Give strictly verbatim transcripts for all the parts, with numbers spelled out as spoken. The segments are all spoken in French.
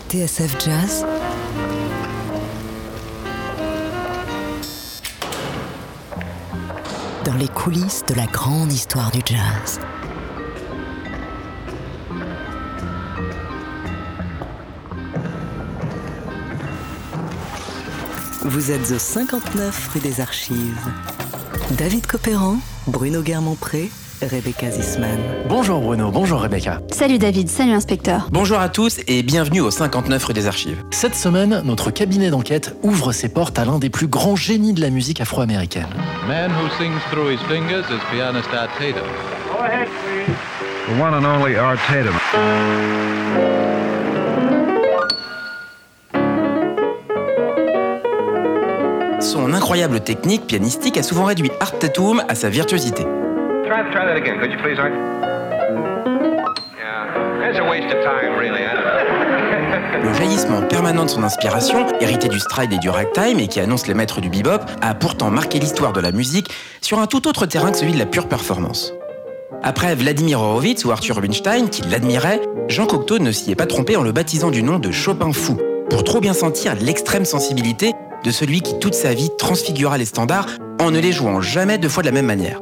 T S F Jazz, dans les coulisses de la grande histoire du jazz. Vous êtes au cinquante-neuf rue des Archives. David Copéran, Bruno Guermont-Pré, Rebecca Zisman. Bonjour Bruno, bonjour Rebecca. Salut David, salut inspecteur. Bonjour à tous et bienvenue au cinquante-neuf rue des Archives. Cette semaine, notre cabinet d'enquête ouvre ses portes à l'un des plus grands génies de la musique afro-américaine. Man who sings through his fingers is pianist Art Tatum. Go ahead, please. The one and only Art Tatum. Son incroyable technique pianistique a souvent réduit Art Tatum à sa virtuosité. Try, try that again, could you please, Art? Yeah, it's a waste of time, really. I don't know. Le jaillissement permanent de son inspiration, hérité du stride et du ragtime et qui annonce les maîtres du bebop, a pourtant marqué l'histoire de la musique sur un tout autre terrain que celui de la pure performance. Après Vladimir Horowitz ou Arthur Rubinstein, qui l'admiraient, Jean Cocteau ne s'y est pas trompé en le baptisant du nom de Chopin fou, pour trop bien sentir l'extrême sensibilité de celui qui toute sa vie transfigura les standards en ne les jouant jamais deux fois de la même manière.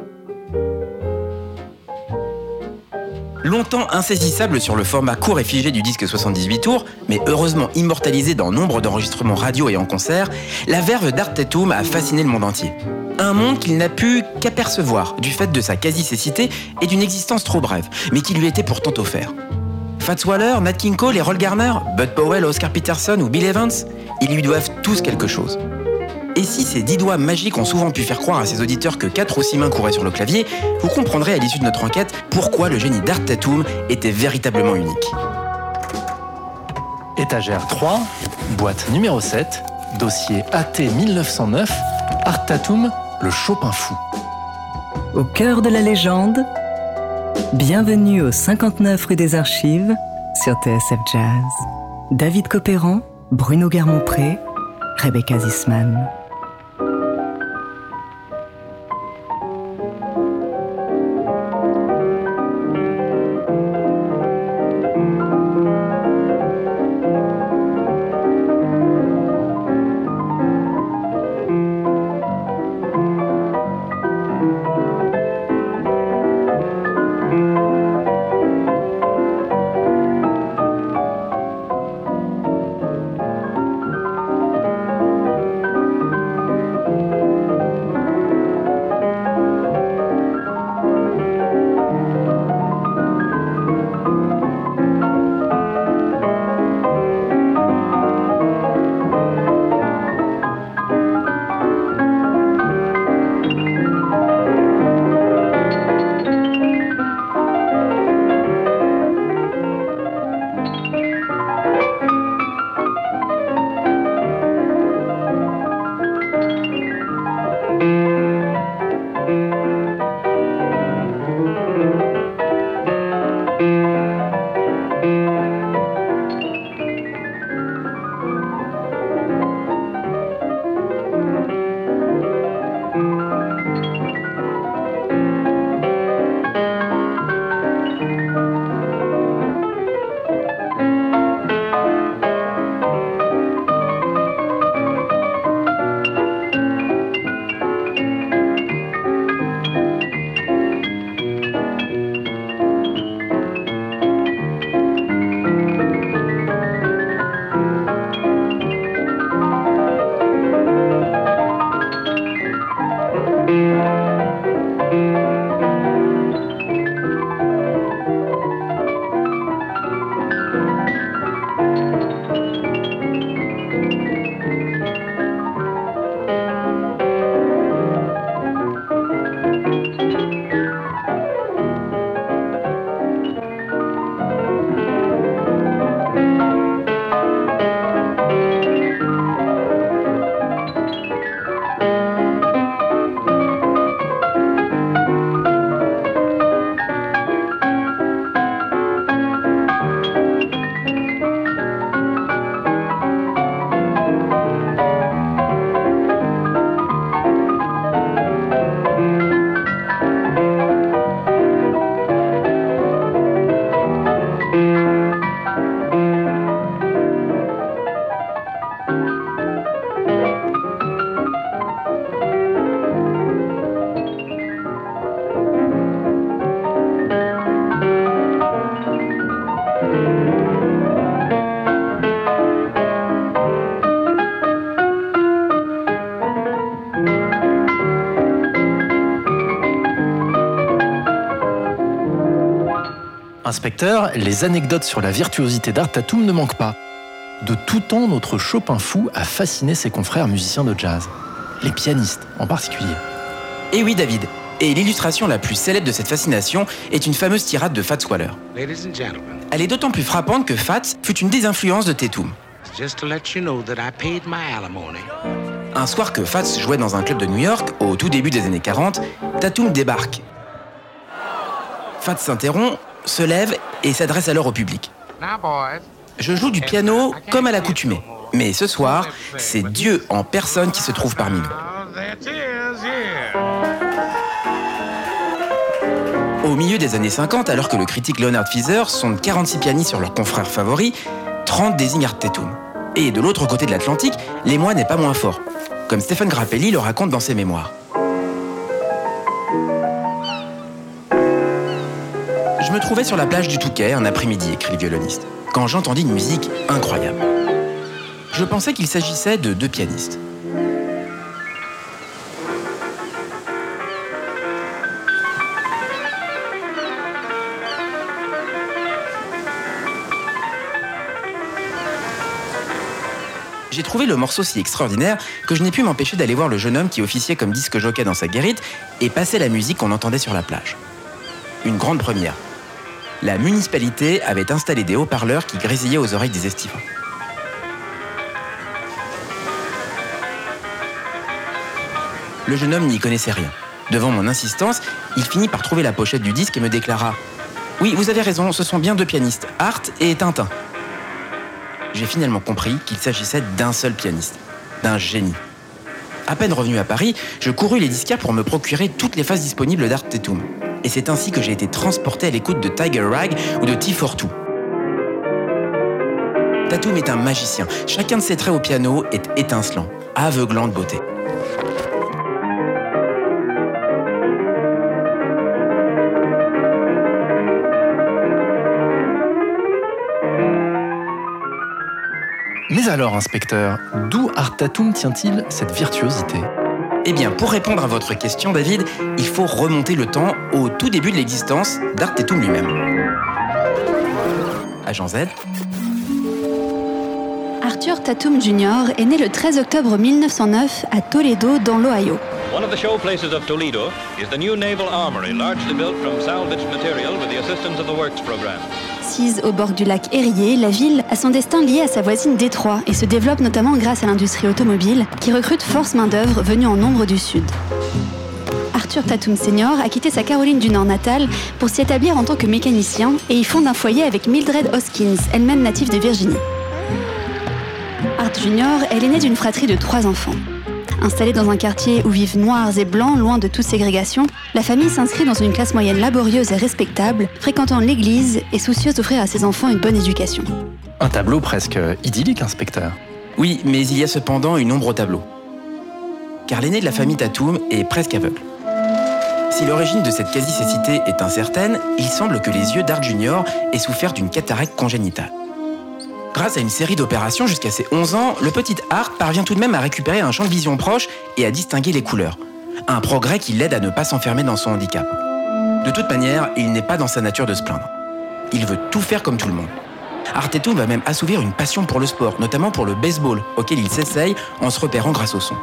Longtemps insaisissable sur le format court et figé du disque soixante-dix-huit tours, mais heureusement immortalisé dans nombre d'enregistrements radio et en concert, la verve d'Art Tatum a fasciné le monde entier. Un monde qu'il n'a pu qu'apercevoir du fait de sa quasi-cécité et d'une existence trop brève, mais qui lui était pourtant offert. Fats Waller, Nat King Cole et Roll Garner, Bud Powell, Oscar Peterson ou Bill Evans, ils lui doivent tous quelque chose. Et si ces dix doigts magiques ont souvent pu faire croire à ses auditeurs que quatre ou six mains couraient sur le clavier, vous comprendrez à l'issue de notre enquête pourquoi le génie d'Art Tatum était véritablement unique. Étagère trois, boîte numéro sept, dossier A T mille neuf cent neuf, Art Tatum, le Chopin fou. Au cœur de la légende, bienvenue au cinquante-neuf rue des Archives sur T S F Jazz. David Copéran, Bruno Guermont-Pré, Rebecca Zisman. Inspecteur, les anecdotes sur la virtuosité d'Art Tatum ne manquent pas. De tout temps, notre Chopin fou a fasciné ses confrères musiciens de jazz. Les pianistes, en particulier. Et oui, David. Et l'illustration la plus célèbre de cette fascination est une fameuse tirade de Fats Waller. Ladies and gentlemen, Elle est d'autant plus frappante que Fats fut une des influences de Tatum. just to let you know that I paid my alimony. Un soir que Fats jouait dans un club de New York, au tout début des années quarante, Tatum débarque. Fats s'interrompt, se lève et s'adresse alors au public. Now, boys. Je joue du piano comme à l'accoutumée. Mais ce soir, c'est Dieu en personne qui se trouve parmi nous. Oh, there it is, yeah. Au milieu des années cinquante, alors que le critique Leonard Feather sonde quarante-six pianistes sur leurs confrères favoris, trente désignent Art Tatum. Et de l'autre côté de l'Atlantique, l'émoi n'est pas moins fort, comme Stephen Grappelli le raconte dans ses mémoires. Je me trouvais sur la plage du Touquet un après-midi, écrit le violoniste, quand j'entendis une musique incroyable. Je pensais qu'il s'agissait de deux pianistes. J'ai trouvé le morceau si extraordinaire que je n'ai pu m'empêcher d'aller voir le jeune homme qui officiait comme disque jockey dans sa guérite et passait la musique qu'on entendait sur la plage. Une grande première. La municipalité avait installé des haut-parleurs qui grésillaient aux oreilles des estivants. Le jeune homme n'y connaissait rien. Devant mon insistance, il finit par trouver la pochette du disque et me déclara « Oui, vous avez raison, ce sont bien deux pianistes, Art et Tintin. » J'ai finalement compris qu'il s'agissait d'un seul pianiste, d'un génie. À peine revenu à Paris, je courus les disquaires pour me procurer toutes les phases disponibles d'Art Tatum. Et c'est ainsi que j'ai été transporté à l'écoute de Tiger Rag ou de T quarante-deux. Tatum est un magicien. Chacun de ses traits au piano est étincelant, aveuglant de beauté. Mais alors, inspecteur, d'où Art Tatum tient-il cette virtuosité ? Eh bien, pour répondre à votre question, David, il faut remonter le temps au tout début de l'existence d'Art Tatum lui-même. Agent Z. Arthur Tatum Junior est né le treize octobre mille neuf cent neuf à Toledo, dans l'Ohio. One of the showplaces of Toledo is the new Naval Armory, largely built from salvaged material with the assistance of the Works program. Sise au bord du lac Erie, la ville a son destin lié à sa voisine Détroit et se développe notamment grâce à l'industrie automobile qui recrute force main-d'œuvre venue en nombre du Sud. Arthur Tatum Senior a quitté sa Caroline du Nord natale pour s'y établir en tant que mécanicien et y fonde un foyer avec Mildred Hoskins, elle-même native de Virginie. Art Junior est l'aîné d'une fratrie de trois enfants. Installée dans un quartier où vivent noirs et blancs, loin de toute ségrégation, la famille s'inscrit dans une classe moyenne laborieuse et respectable, fréquentant l'église et soucieuse d'offrir à ses enfants une bonne éducation. Un tableau presque idyllique, inspecteur. Oui, mais il y a cependant une ombre au tableau. Car l'aîné de la famille Tatum est presque aveugle. Si l'origine de cette quasi-cécité est incertaine, il semble que les yeux d'Art Junior aient souffert d'une cataracte congénitale. Grâce à une série d'opérations jusqu'à ses onze ans, le petit Art parvient tout de même à récupérer un champ de vision proche et à distinguer les couleurs. Un progrès qui l'aide à ne pas s'enfermer dans son handicap. De toute manière, il n'est pas dans sa nature de se plaindre. Il veut tout faire comme tout le monde. Art Tatum va même assouvir une passion pour le sport, notamment pour le baseball, auquel il s'essaye en se repérant grâce au son.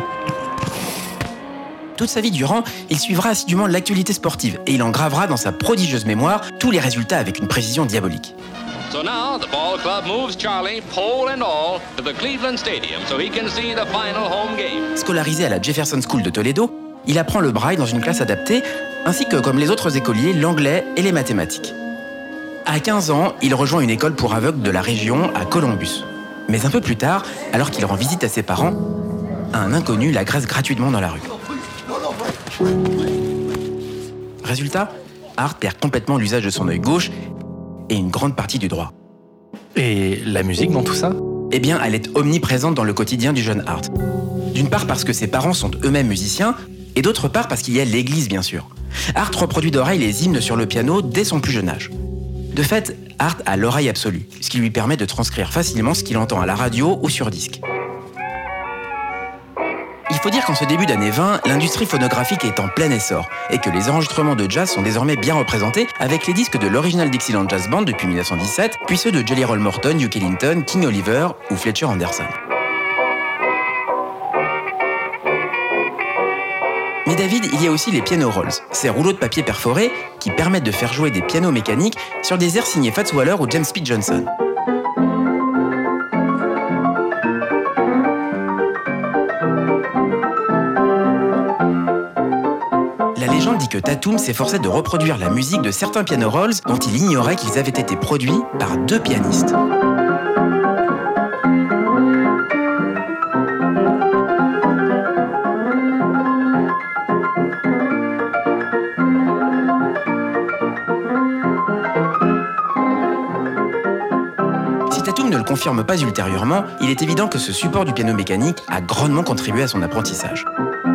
Toute sa vie durant, il suivra assidûment l'actualité sportive et il en gravera dans sa prodigieuse mémoire tous les résultats avec une précision diabolique. So now the ball club moves Charlie, pole and all, to the Cleveland Stadium so he can see the final home game. Scolarisé à la Jefferson School de Toledo, il apprend le braille dans une classe adaptée, ainsi que, comme les autres écoliers, l'anglais et les mathématiques. À quinze ans, il rejoint une école pour aveugles de la région à Columbus. Mais un peu plus tard, alors qu'il rend visite à ses parents, un inconnu l'agresse gratuitement dans la rue. Résultat, Art perd complètement l'usage de son œil gauche et une grande partie du droit. Et la musique dans tout ça ? Eh bien, elle est omniprésente dans le quotidien du jeune Art. D'une part parce que ses parents sont eux-mêmes musiciens, et d'autre part parce qu'il y a l'église, bien sûr. Art reproduit d'oreille les hymnes sur le piano dès son plus jeune âge. De fait, Art a l'oreille absolue, ce qui lui permet de transcrire facilement ce qu'il entend à la radio ou sur disque. Il faut dire qu'en ce début d'année vingt, l'industrie phonographique est en plein essor et que les enregistrements de jazz sont désormais bien représentés avec les disques de l'Original Dixieland Jazz Band depuis mille neuf cent dix-sept, puis ceux de Jelly Roll Morton, Duke Ellington, King Oliver ou Fletcher Henderson. Mais David, il y a aussi les piano rolls, ces rouleaux de papier perforés qui permettent de faire jouer des pianos mécaniques sur des airs signés Fats Waller ou James Speed Johnson. La légende dit que Tatum s'efforçait de reproduire la musique de certains piano rolls dont il ignorait qu'ils avaient été produits par deux pianistes. Ne le confirme pas ultérieurement, il est évident que ce support du piano mécanique a grandement contribué à son apprentissage.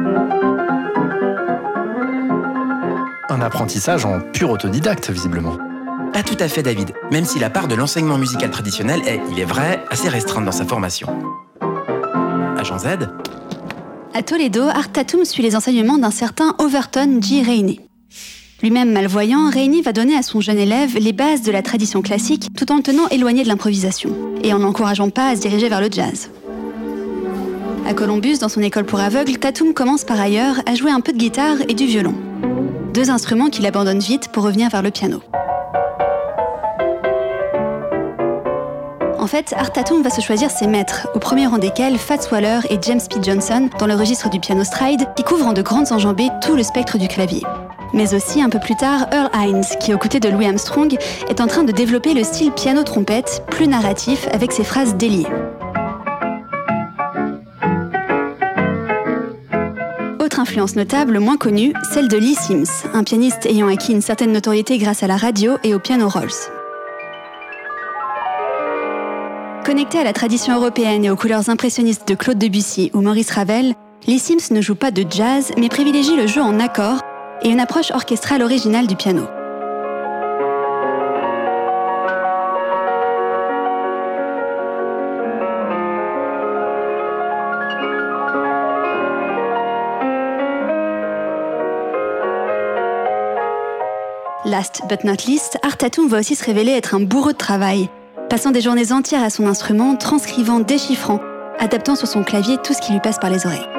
Un apprentissage en pur autodidacte, visiblement. Pas tout à fait, David, même si la part de l'enseignement musical traditionnel est, il est vrai, assez restreinte dans sa formation. Agent Z. À Toledo, Art Tatum suit les enseignements d'un certain Overton G. Rainey. Lui-même malvoyant, Rainey va donner à son jeune élève les bases de la tradition classique tout en le tenant éloigné de l'improvisation et en n'encourageant pas à se diriger vers le jazz. À Columbus, dans son école pour aveugles, Tatum commence par ailleurs à jouer un peu de guitare et du violon. Deux instruments qu'il abandonne vite pour revenir vers le piano. En fait, Art Tatum va se choisir ses maîtres, au premier rang desquels Fats Waller et James Speed Johnson dans le registre du piano stride qui couvre en de grandes enjambées tout le spectre du clavier. Mais aussi, un peu plus tard, Earl Hines, qui, aux côtés de Louis Armstrong, est en train de développer le style piano-trompette, plus narratif, avec ses phrases déliées. Autre influence notable, moins connue, celle de Lee Sims, un pianiste ayant acquis une certaine notoriété grâce à la radio et au piano rolls. Connecté à la tradition européenne et aux couleurs impressionnistes de Claude Debussy ou Maurice Ravel, Lee Sims ne joue pas de jazz, mais privilégie le jeu en accords et une approche orchestrale originale du piano. Last but not least, Art Tatum va aussi se révéler être un bourreau de travail, passant des journées entières à son instrument, transcrivant, déchiffrant, adaptant sur son clavier tout ce qui lui passe par les oreilles.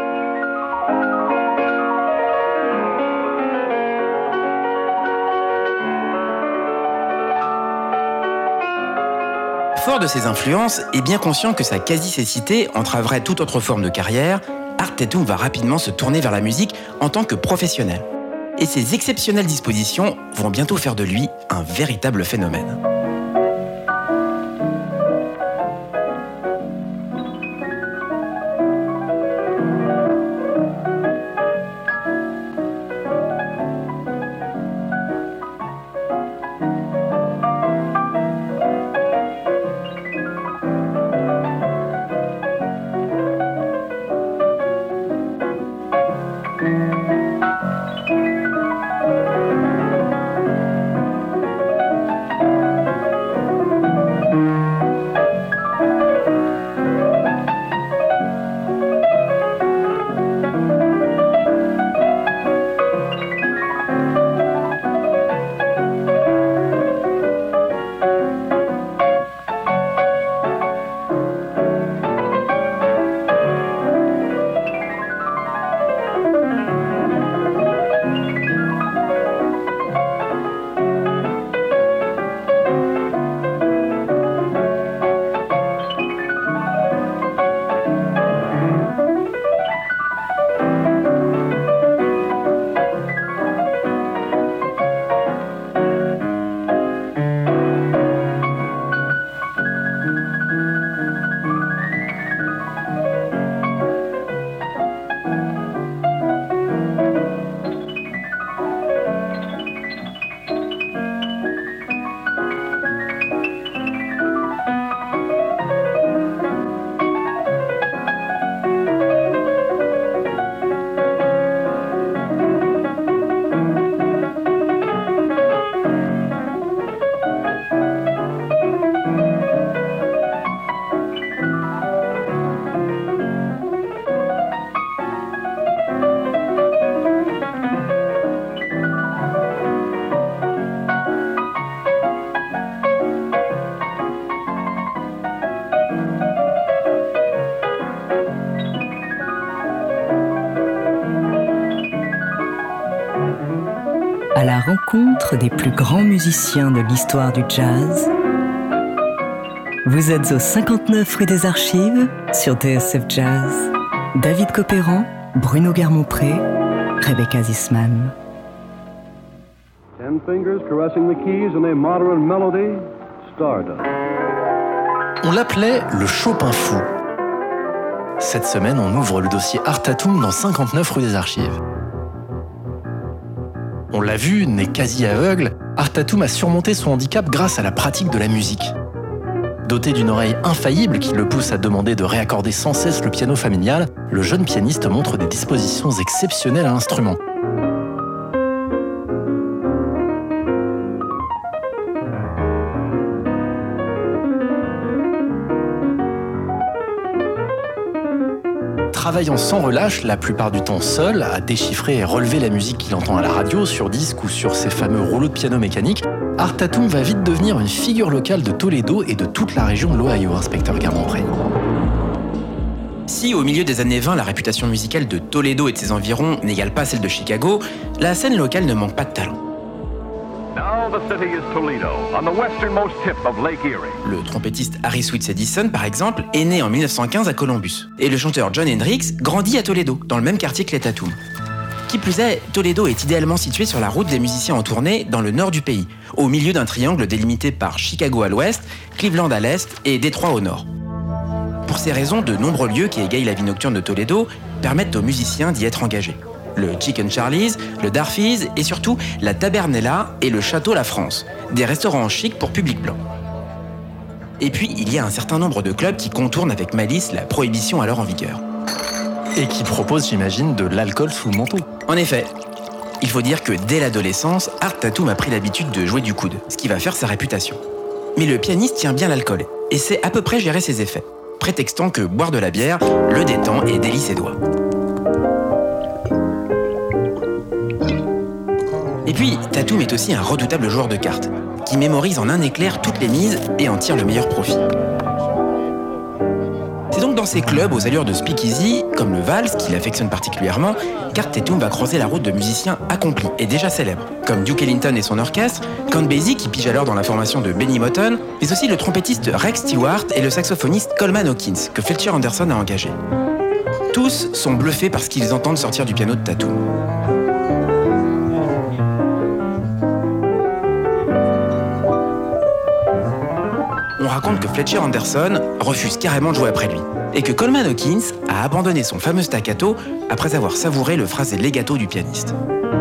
Fort de ses influences et bien conscient que sa quasi-cécité entraverait toute autre forme de carrière, Art Tatum va rapidement se tourner vers la musique en tant que professionnel. Et ses exceptionnelles dispositions vont bientôt faire de lui un véritable phénomène. à la rencontre des plus grands musiciens de l'histoire du jazz. Vous êtes au cinquante-neuf rue des Archives sur T S F Jazz. David Copéran, Bruno Guermont-Pré, Rebecca Zisman. Ten fingers caressing the keys in a modern melody, Stardust. On l'appelait le Chopin fou. Cette semaine, on ouvre le dossier Art Tatum dans cinquante-neuf rue des Archives. On l'a vu, né quasi aveugle, Art Tatum a surmonté son handicap grâce à la pratique de la musique. Doté d'une oreille infaillible qui le pousse à demander de réaccorder sans cesse le piano familial, le jeune pianiste montre des dispositions exceptionnelles à l'instrument. Travaillant sans relâche, la plupart du temps seul, à déchiffrer et relever la musique qu'il entend à la radio, sur disque ou sur ses fameux rouleaux de piano mécanique, Art Tatum va vite devenir une figure locale de Toledo et de toute la région de l'Ohio, inspecteur Guermont-Pré. Si au milieu des années vingt, la réputation musicale de Toledo et de ses environs n'égale pas celle de Chicago, la scène locale ne manque pas de talent. Now the city is Toledo, on the westernmost tip of Lake Erie. Le trompettiste Harry Sweets Edison, par exemple, est né en mille neuf cent quinze à Columbus. Et le chanteur John Hendricks grandit à Toledo, dans le même quartier que les Tatum. Qui plus est, Toledo est idéalement situé sur la route des musiciens en tournée dans le nord du pays, au milieu d'un triangle délimité par Chicago à l'ouest, Cleveland à l'est et Détroit au nord. Pour ces raisons, de nombreux lieux qui égayent la vie nocturne de Toledo permettent aux musiciens d'y être engagés. Le Chicken Charlie's, le Darfies et surtout la Tabernella et le Château La France, des restaurants chics pour public blanc. Et puis, il y a un certain nombre de clubs qui contournent avec malice la prohibition alors en vigueur. Et qui proposent, j'imagine, de l'alcool sous le manteau. En effet, il faut dire que dès l'adolescence, Art Tatum a pris l'habitude de jouer du coude, ce qui va faire sa réputation. Mais le pianiste tient bien l'alcool et sait à peu près gérer ses effets, prétextant que boire de la bière le détend et délie ses doigts. Et puis, Tatum est aussi un redoutable joueur de cartes, qui mémorise en un éclair toutes les mises et en tire le meilleur profit. C'est donc dans ces clubs aux allures de speakeasy, comme le Vals, qu'il affectionne particulièrement, qu'Art Tatum va croiser la route de musiciens accomplis et déjà célèbres, comme Duke Ellington et son orchestre, Count Basie qui pige alors dans la formation de Benny Moten, mais aussi le trompettiste Rex Stewart et le saxophoniste Coleman Hawkins, que Fletcher Henderson a engagé. Tous sont bluffés par ce qu'ils entendent sortir du piano de Tatum. On raconte que Fletcher Henderson refuse carrément de jouer après lui, et que Coleman Hawkins a abandonné son fameux staccato après avoir savouré le phrasé legato du pianiste.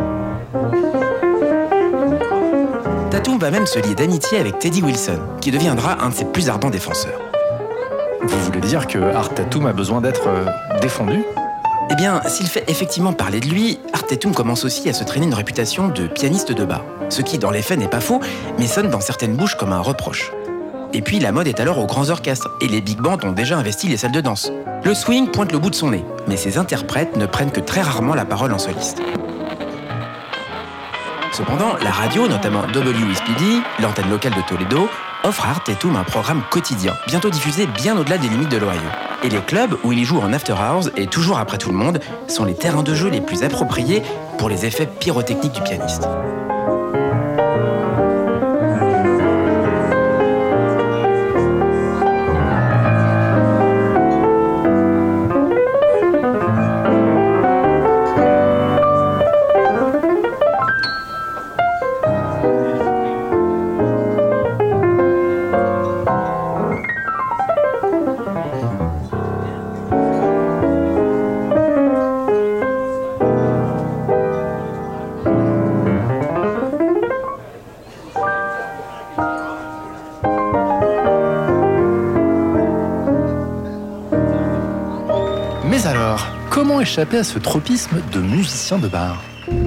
Tatum va même se lier d'amitié avec Teddy Wilson, qui deviendra un de ses plus ardents défenseurs. Vous voulez dire que Art Tatum a besoin d'être euh, défendu ? Eh bien, s'il fait effectivement parler de lui, Art Tatum commence aussi à se traîner une réputation de pianiste de bar, ce qui dans les faits n'est pas faux, mais sonne dans certaines bouches comme un reproche. Et puis la mode est alors aux grands orchestres, et les big bands ont déjà investi les salles de danse. Le swing pointe le bout de son nez, mais ses interprètes ne prennent que très rarement la parole en soliste. Cependant, la radio, notamment W S P D, l'antenne locale de Toledo, offre à Art Tatum un programme quotidien, bientôt diffusé bien au-delà des limites de l'Ohio. Et les clubs où il y joue en after hours, et toujours après tout le monde, sont les terrains de jeu les plus appropriés pour les effets pyrotechniques du pianiste. Mais alors, comment échapper à ce tropisme de musicien de bar ?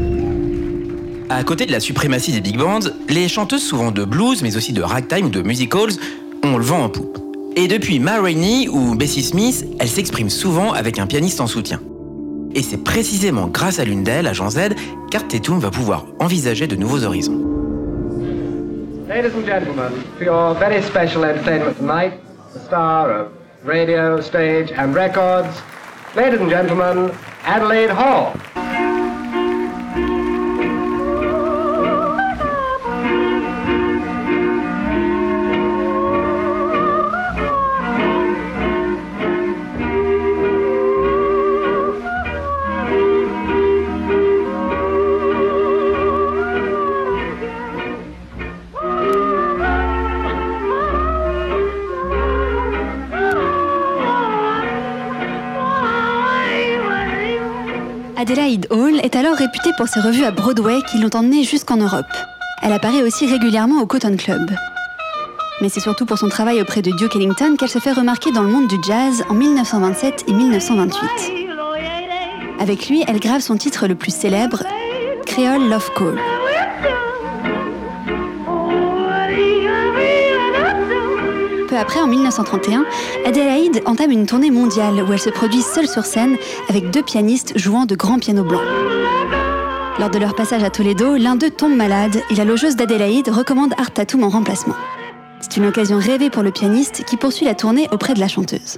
À côté de la suprématie des big bands, les chanteuses souvent de blues, mais aussi de ragtime ou de music halls, ont le vent en poupe. Et depuis Ma Rainey ou Bessie Smith, elles s'expriment souvent avec un pianiste en soutien. Et c'est précisément grâce à l'une d'elles, Agent Z, qu'Art Tatum va pouvoir envisager de nouveaux horizons. Ladies and gentlemen, for your very special entertainment tonight, the star of radio, stage and records, ladies and gentlemen, Adelaide Hall. Adelaide Hall est alors réputée pour ses revues à Broadway qui l'ont emmenée jusqu'en Europe. Elle apparaît aussi régulièrement au Cotton Club. Mais c'est surtout pour son travail auprès de Duke Ellington qu'elle se fait remarquer dans le monde du jazz en mille neuf cent vingt-sept et mille neuf cent vingt-huit. Avec lui, elle grave son titre le plus célèbre, Creole Love Call. Peu après, en mille neuf cent trente et un, Adelaide entame une tournée mondiale où elle se produit seule sur scène avec deux pianistes jouant de grands pianos blancs. Lors de leur passage à Toledo, l'un d'eux tombe malade et la logeuse d'Adelaide recommande Art Tatum en remplacement. C'est une occasion rêvée pour le pianiste qui poursuit la tournée auprès de la chanteuse.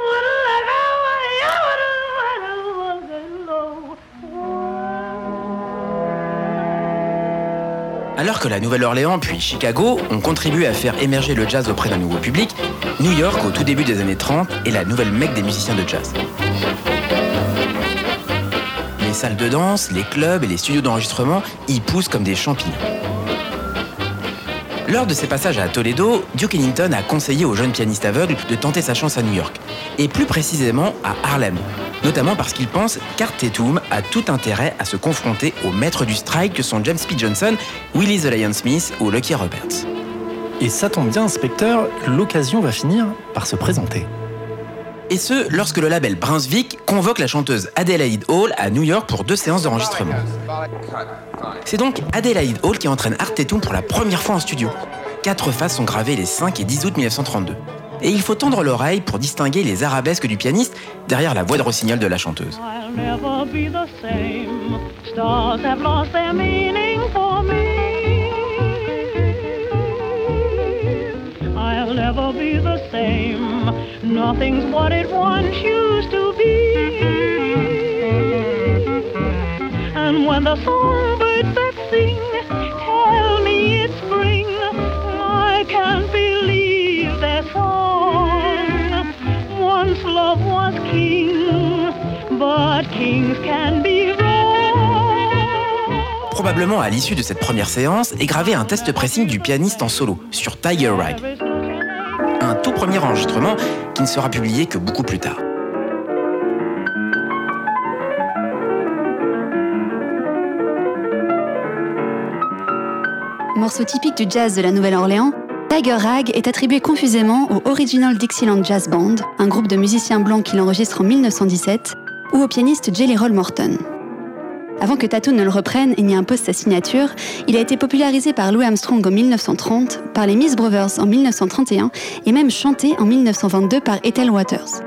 Alors que la Nouvelle-Orléans puis Chicago ont contribué à faire émerger le jazz auprès d'un nouveau public, New York, au tout début des années trente, est la nouvelle mecque des musiciens de jazz. Les salles de danse, les clubs et les studios d'enregistrement y poussent comme des champignons. Lors de ses passages à Toledo, Duke Ellington a conseillé au jeune pianiste aveugle de tenter sa chance à New York, et plus précisément à Harlem, notamment parce qu'il pense qu'Art Tatum a tout intérêt à se confronter aux maîtres du strike que sont James P. Johnson, Willie the Lion Smith ou Lucky Roberts. Et ça tombe bien, inspecteur, l'occasion va finir par se présenter. Et ce, lorsque le label Brunswick convoque la chanteuse Adelaide Hall à New York pour deux séances d'enregistrement. C'est donc Adelaide Hall qui entraîne Art Tatum pour la première fois en studio. Quatre faces sont gravées les cinq et dix août mille neuf cent trente-deux. Et il faut tendre l'oreille pour distinguer les arabesques du pianiste derrière la voix de rossignol de la chanteuse. I'll never be the same. Nothing's what it once used to be. And when the songbirds that sing tell me it's spring, I can't believe their song. Once love was king, but kings can be wrong. Probablement à l'issue de cette première séance est gravé un test pressing du pianiste en solo sur Tiger Rag. Un tout premier enregistrement qui ne sera publié que beaucoup plus tard. Morceau typique du jazz de la Nouvelle-Orléans, Tiger Rag est attribué confusément au Original Dixieland Jazz Band, un groupe de musiciens blancs qui l'enregistre en mille neuf cent dix-sept, ou au pianiste Jelly Roll Morton. Avant que Tatum ne le reprenne et n'y impose sa signature, il a été popularisé par Louis Armstrong en mille neuf cent trente, par les Miss Brothers en mille neuf cent trente et un et même chanté en mille neuf cent vingt-deux par Ethel Waters.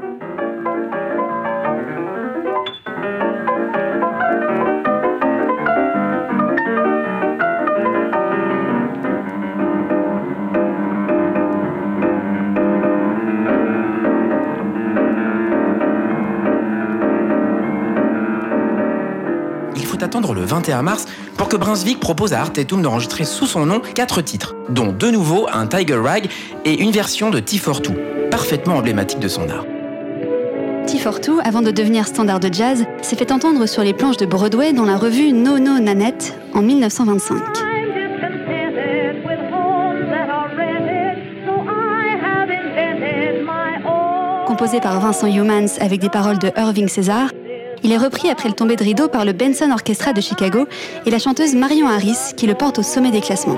Attendre le vingt et un mars pour que Brunswick propose à Art Tatum d'enregistrer sous son nom quatre titres, dont de nouveau un Tiger Rag et une version de T quarante-deux, parfaitement emblématique de son art. T quarante-deux, avant de devenir standard de jazz, s'est fait entendre sur les planches de Broadway dans la revue No No Nanette en mille neuf cent vingt-cinq. Composé par Vincent Youmans avec des paroles de Irving César, il est repris après le tombé de rideau par le Benson Orchestra de Chicago et la chanteuse Marion Harris qui le porte au sommet des classements.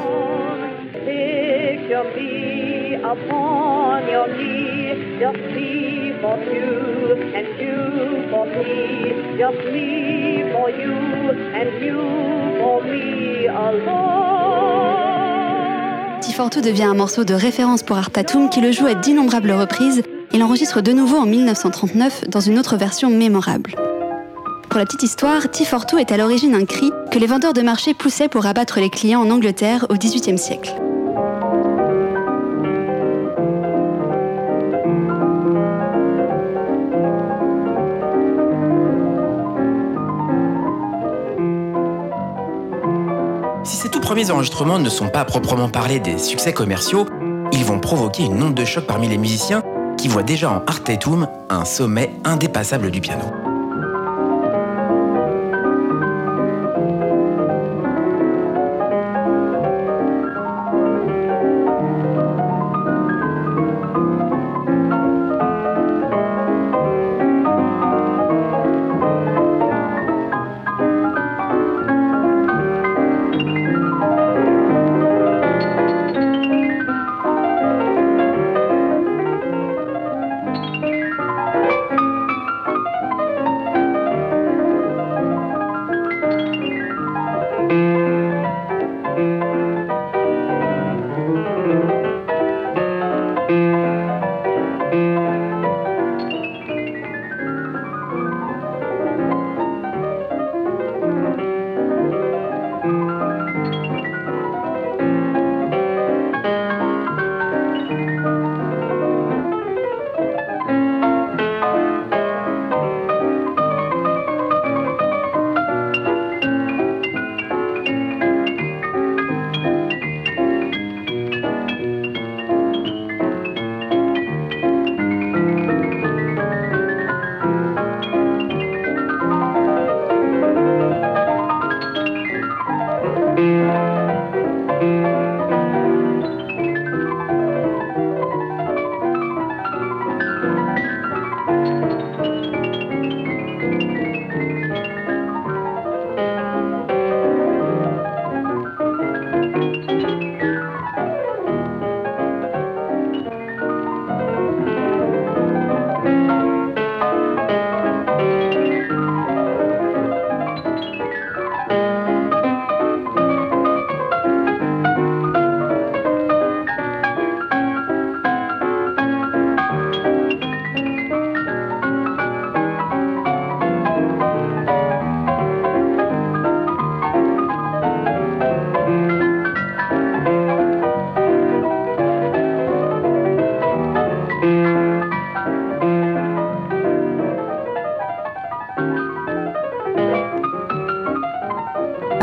T quarante-deux devient un morceau de référence pour Art Tatum qui le joue à d'innombrables reprises et l'enregistre de nouveau en mille neuf cent trente-neuf dans une autre version mémorable. Pour la petite histoire, T quarante-deux est à l'origine un cri que les vendeurs de marché poussaient pour abattre les clients en Angleterre au dix-huitième siècle. Si ces tout premiers enregistrements ne sont pas à proprement parler des succès commerciaux, ils vont provoquer une onde de choc parmi les musiciens qui voient déjà en Art Tatum un sommet indépassable du piano.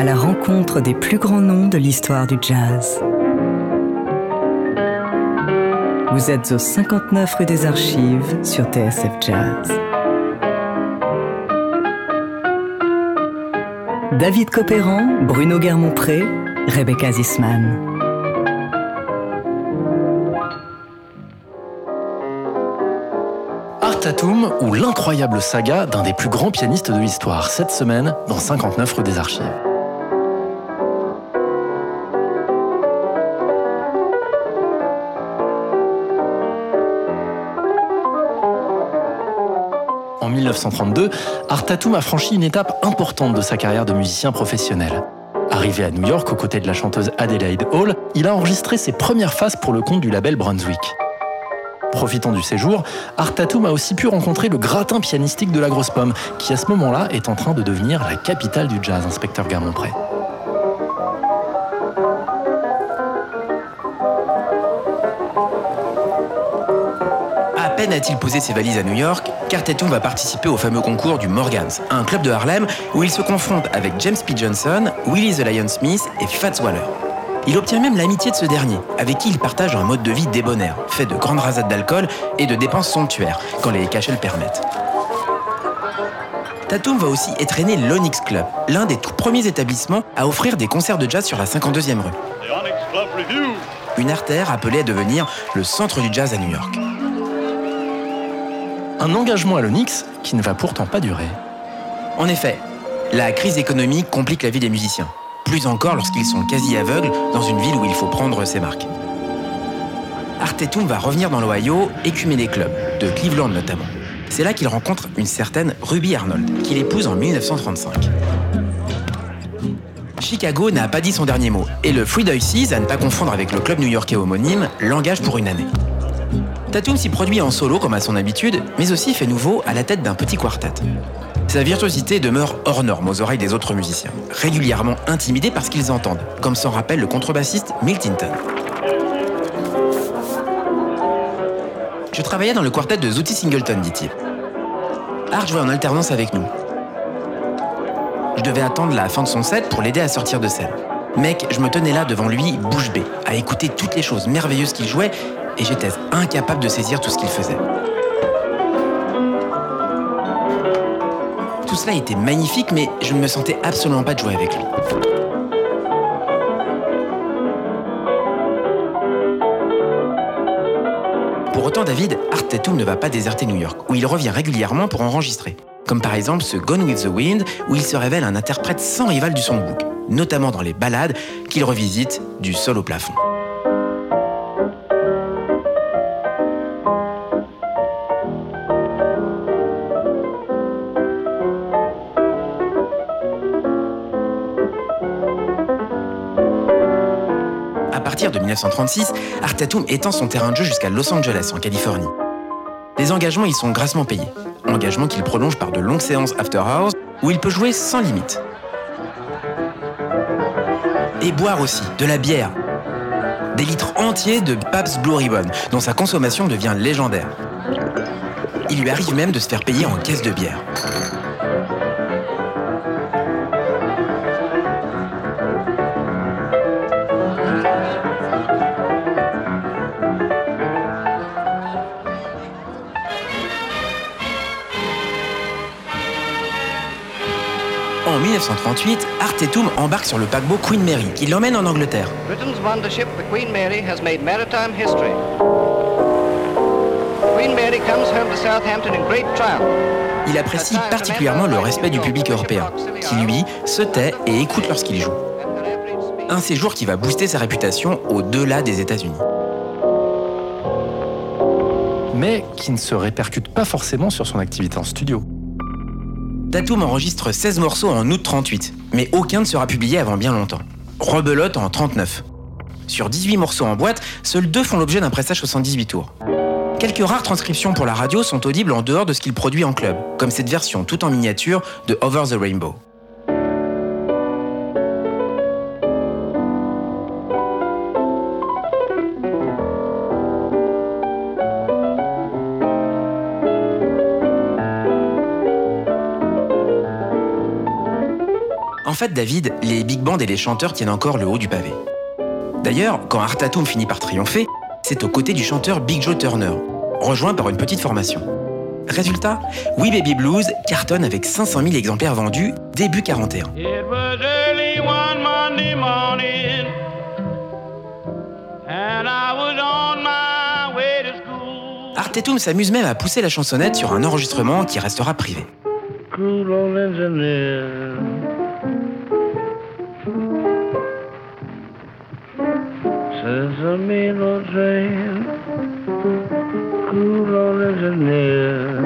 la rencontre des plus grands noms de l'histoire du jazz. Vous êtes au cinquante-neuf rue des Archives sur T S F Jazz. David Copéran, Bruno Guermont-Pré, Rebecca Zisman. Art Tatum ou l'incroyable saga d'un des plus grands pianistes de l'histoire, cette semaine dans cinquante-neuf rue des Archives. En mille neuf cent trente-deux, Art Tatum a franchi une étape importante de sa carrière de musicien professionnel. Arrivé à New York aux côtés de la chanteuse Adelaide Hall, il a enregistré ses premières phases pour le compte du label Brunswick. Profitant du séjour, Art Tatum a aussi pu rencontrer le gratin pianistique de la Grosse Pomme, qui à ce moment-là est en train de devenir la capitale du jazz, inspecteur Guermont-Pré. À peine a-t-il posé ses valises à New York, qu'Art Tatum va participer au fameux concours du Morgans, un club de Harlem où il se confronte avec James P. Johnson, Willie the Lion Smith et Fats Waller. Il obtient même l'amitié de ce dernier, avec qui il partage un mode de vie débonnaire, fait de grandes rasades d'alcool et de dépenses somptuaires, quand les cachets le permettent. Tatum va aussi étrenner l'Onyx Club, l'un des tout premiers établissements à offrir des concerts de jazz sur la cinquante-deuxième rue. Une artère appelée à devenir le centre du jazz à New York. Un engagement à l'Onyx qui ne va pourtant pas durer. En effet, la crise économique complique la vie des musiciens. Plus encore lorsqu'ils sont quasi aveugles dans une ville où il faut prendre ses marques. Art Tatum va revenir dans l'Ohio, écumer des clubs, de Cleveland notamment. C'est là qu'il rencontre une certaine Ruby Arnold, qu'il épouse en mille neuf cent trente-cinq. Chicago n'a pas dit son dernier mot, et le Three Dices, à ne pas confondre avec le club new-yorkais homonyme, l'engage pour une année. Tatum s'y produit en solo comme à son habitude, mais aussi fait nouveau à la tête d'un petit quartet. Sa virtuosité demeure hors norme aux oreilles des autres musiciens, régulièrement intimidés par ce qu'ils entendent, comme s'en rappelle le contrebassiste Milt Hinton. Je travaillais dans le quartet de Zooty Singleton, dit-il. Art jouait en alternance avec nous. Je devais attendre la fin de son set pour l'aider à sortir de scène. Mec, je me tenais là devant lui, bouche bée, à écouter toutes les choses merveilleuses qu'il jouait, et j'étais incapable de saisir tout ce qu'il faisait. Tout cela était magnifique, mais je ne me sentais absolument pas de jouer avec lui. Pour autant, David, Art Tatum ne va pas déserter New York, où il revient régulièrement pour enregistrer. Comme par exemple ce Gone with the Wind, où il se révèle un interprète sans rival du songbook, notamment dans les ballades qu'il revisite du sol au plafond. À partir de mille neuf cent trente-six, Art Tatum étend son terrain de jeu jusqu'à Los Angeles, en Californie. Les engagements y sont grassement payés. Engagements qu'il prolonge par de longues séances after hours où il peut jouer sans limite. Et boire aussi, de la bière. Des litres entiers de Pabst Blue Ribbon, dont sa consommation devient légendaire. Il lui arrive même de se faire payer en caisse de bière. En mille neuf cent trente-huit, Art Tatum embarque sur le paquebot Queen Mary, qui l'emmène en Angleterre. Britain's wonder ship, the Queen Mary, has made maritime history. Queen Mary comes home to Southampton in great triumph. Il apprécie particulièrement le respect du public européen, qui lui se tait et écoute lorsqu'il joue. Un séjour qui va booster sa réputation au-delà des États-Unis. Mais qui ne se répercute pas forcément sur son activité en studio. Tatum enregistre seize morceaux en août trente-huit, mais aucun ne sera publié avant bien longtemps. Rebelote en trente-neuf. Sur dix-huit morceaux en boîte, seuls deux font l'objet d'un pressage soixante-dix-huit tours. Quelques rares transcriptions pour la radio sont audibles en dehors de ce qu'il produit en club, comme cette version tout en miniature de Over the Rainbow. En fait, David, les big bands et les chanteurs tiennent encore le haut du pavé. D'ailleurs, quand Art Tatum finit par triompher, c'est aux côtés du chanteur Big Joe Turner, rejoint par une petite formation. Résultat, We Baby Blues cartonne avec cinq cent mille exemplaires vendus début quarante et un. It was early one Monday morning, and I was on my way to school. Art Tatum s'amuse même à pousser la chansonnette sur un enregistrement qui restera privé. Cruel old engineer. Says a mean old train. Cruel old engineer.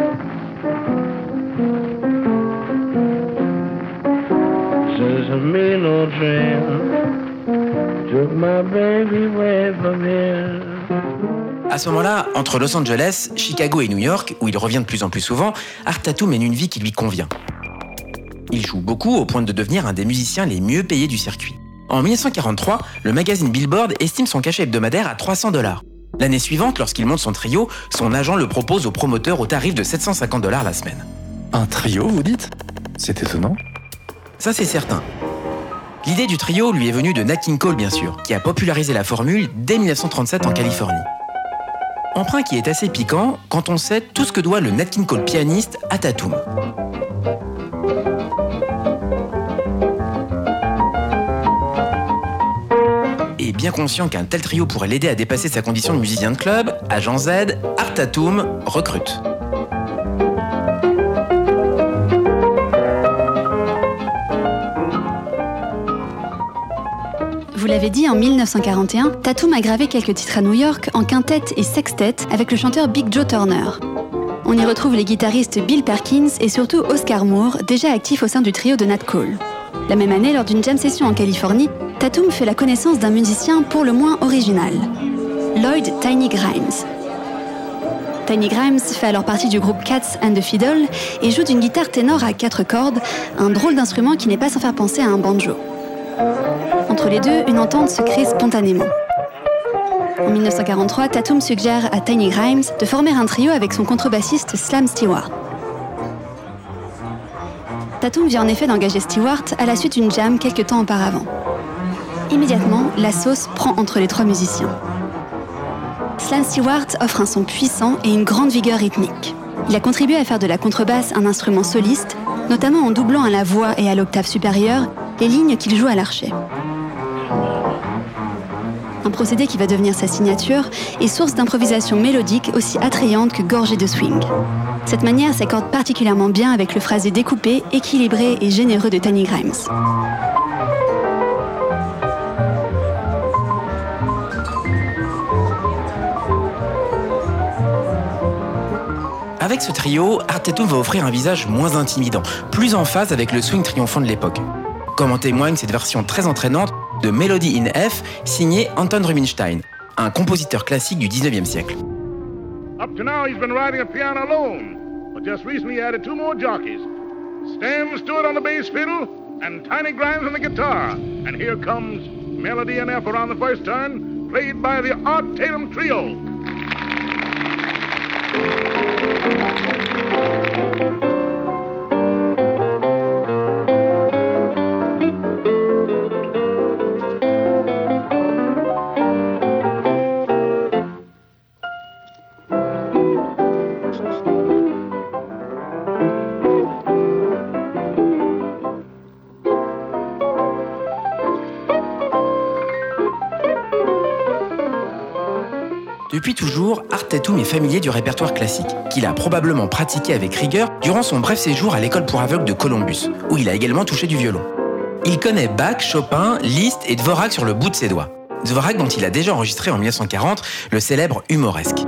Says a mean old train. Took my baby away from here. À ce moment-là, entre Los Angeles, Chicago et New York, où il revient de plus en plus souvent, Art Tatum mène une vie qui lui convient. Il joue beaucoup au point de devenir un des musiciens les mieux payés du circuit. En dix-neuf cent quarante-trois, le magazine Billboard estime son cachet hebdomadaire à trois cents dollars. L'année suivante, lorsqu'il monte son trio, son agent le propose au promoteur au tarif de sept cent cinquante dollars la semaine. Un trio, vous dites ? C'est étonnant. Ça, c'est certain. L'idée du trio lui est venue de Nat King Cole, bien sûr, qui a popularisé la formule dès dix-neuf cent trente-sept en Californie. Emprunt qui est assez piquant quand on sait tout ce que doit le Nat King Cole pianiste à Tatum. Et bien conscient qu'un tel trio pourrait l'aider à dépasser sa condition de musicien de club, agent Z, Art Tatum recrute. Vous l'avez dit, en dix-neuf cent quarante et un, Tatum a gravé quelques titres à New York en quintette et sextet avec le chanteur Big Joe Turner. On y retrouve les guitaristes Bill Perkins et surtout Oscar Moore, déjà actif au sein du trio de Nat Cole. La même année, lors d'une jam session en Californie, Tatum fait la connaissance d'un musicien pour le moins original, Lloyd Tiny Grimes. Tiny Grimes fait alors partie du groupe Cats and the Fiddle et joue d'une guitare ténor à quatre cordes, un drôle d'instrument qui n'est pas sans faire penser à un banjo. Entre les deux, une entente se crée spontanément. En dix-neuf cent quarante-trois, Tatum suggère à Tiny Grimes de former un trio avec son contrebassiste Slam Stewart. Tatum vient en effet d'engager Stewart à la suite d'une jam quelques temps auparavant. Immédiatement, la sauce prend entre les trois musiciens. Slam Stewart offre un son puissant et une grande vigueur rythmique. Il a contribué à faire de la contrebasse un instrument soliste, notamment en doublant à la voix et à l'octave supérieure les lignes qu'il joue à l'archet. Un procédé qui va devenir sa signature et source d'improvisation mélodique aussi attrayante que gorgée de swing. Cette manière s'accorde particulièrement bien avec le phrasé découpé, équilibré et généreux de Tiny Grimes. Avec ce trio, Art Tatum va offrir un visage moins intimidant, plus en phase avec le swing triomphant de l'époque. Comme en témoigne cette version très entraînante de Melody in F, signée Anton Rubinstein, un compositeur classique du dix-neuvième siècle. Up to now he's been riding a piano alone, but just recently he added two more jockeys. Stan Stewart on the bass fiddle and Tiny Grimes on the guitar. And here comes Melody in F around the first turn, played by the Art Tatum Trio. Depuis toujours, Art Tatum est familier du répertoire classique, qu'il a probablement pratiqué avec rigueur durant son bref séjour à l'école pour aveugles de Columbus, où il a également touché du violon. Il connaît Bach, Chopin, Liszt et Dvorak sur le bout de ses doigts. Dvorak dont il a déjà enregistré en dix-neuf cent quarante le célèbre Humoresque.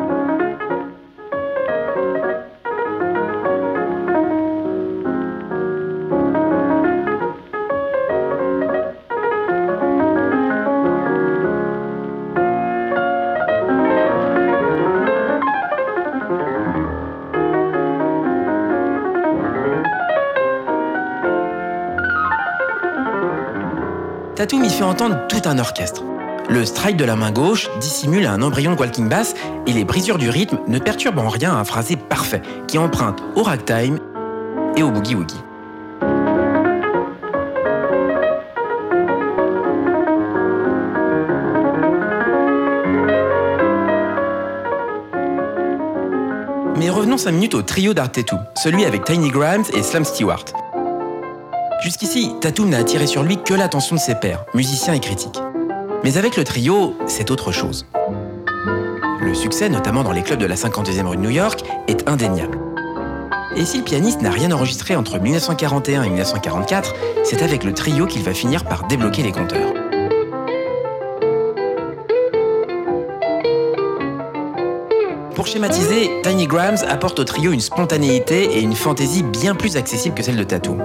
Tatum y fait entendre tout un orchestre. Le stride de la main gauche dissimule un embryon de walking bass et les brisures du rythme ne perturbent en rien un phrasé parfait qui emprunte au ragtime et au boogie-woogie. Mais revenons cinq minutes au trio d'Art Tatum, celui avec Tiny Grimes et Slam Stewart. Jusqu'ici, Tatum n'a attiré sur lui que l'attention de ses pairs, musiciens et critiques. Mais avec le trio, c'est autre chose. Le succès, notamment dans les clubs de la cinquante-deuxième rue de New York, est indéniable. Et si le pianiste n'a rien enregistré entre dix-neuf cent quarante et un et dix-neuf cent quarante-quatre, c'est avec le trio qu'il va finir par débloquer les compteurs. Pour schématiser, Tiny Grimes apporte au trio une spontanéité et une fantaisie bien plus accessible que celle de Tatum.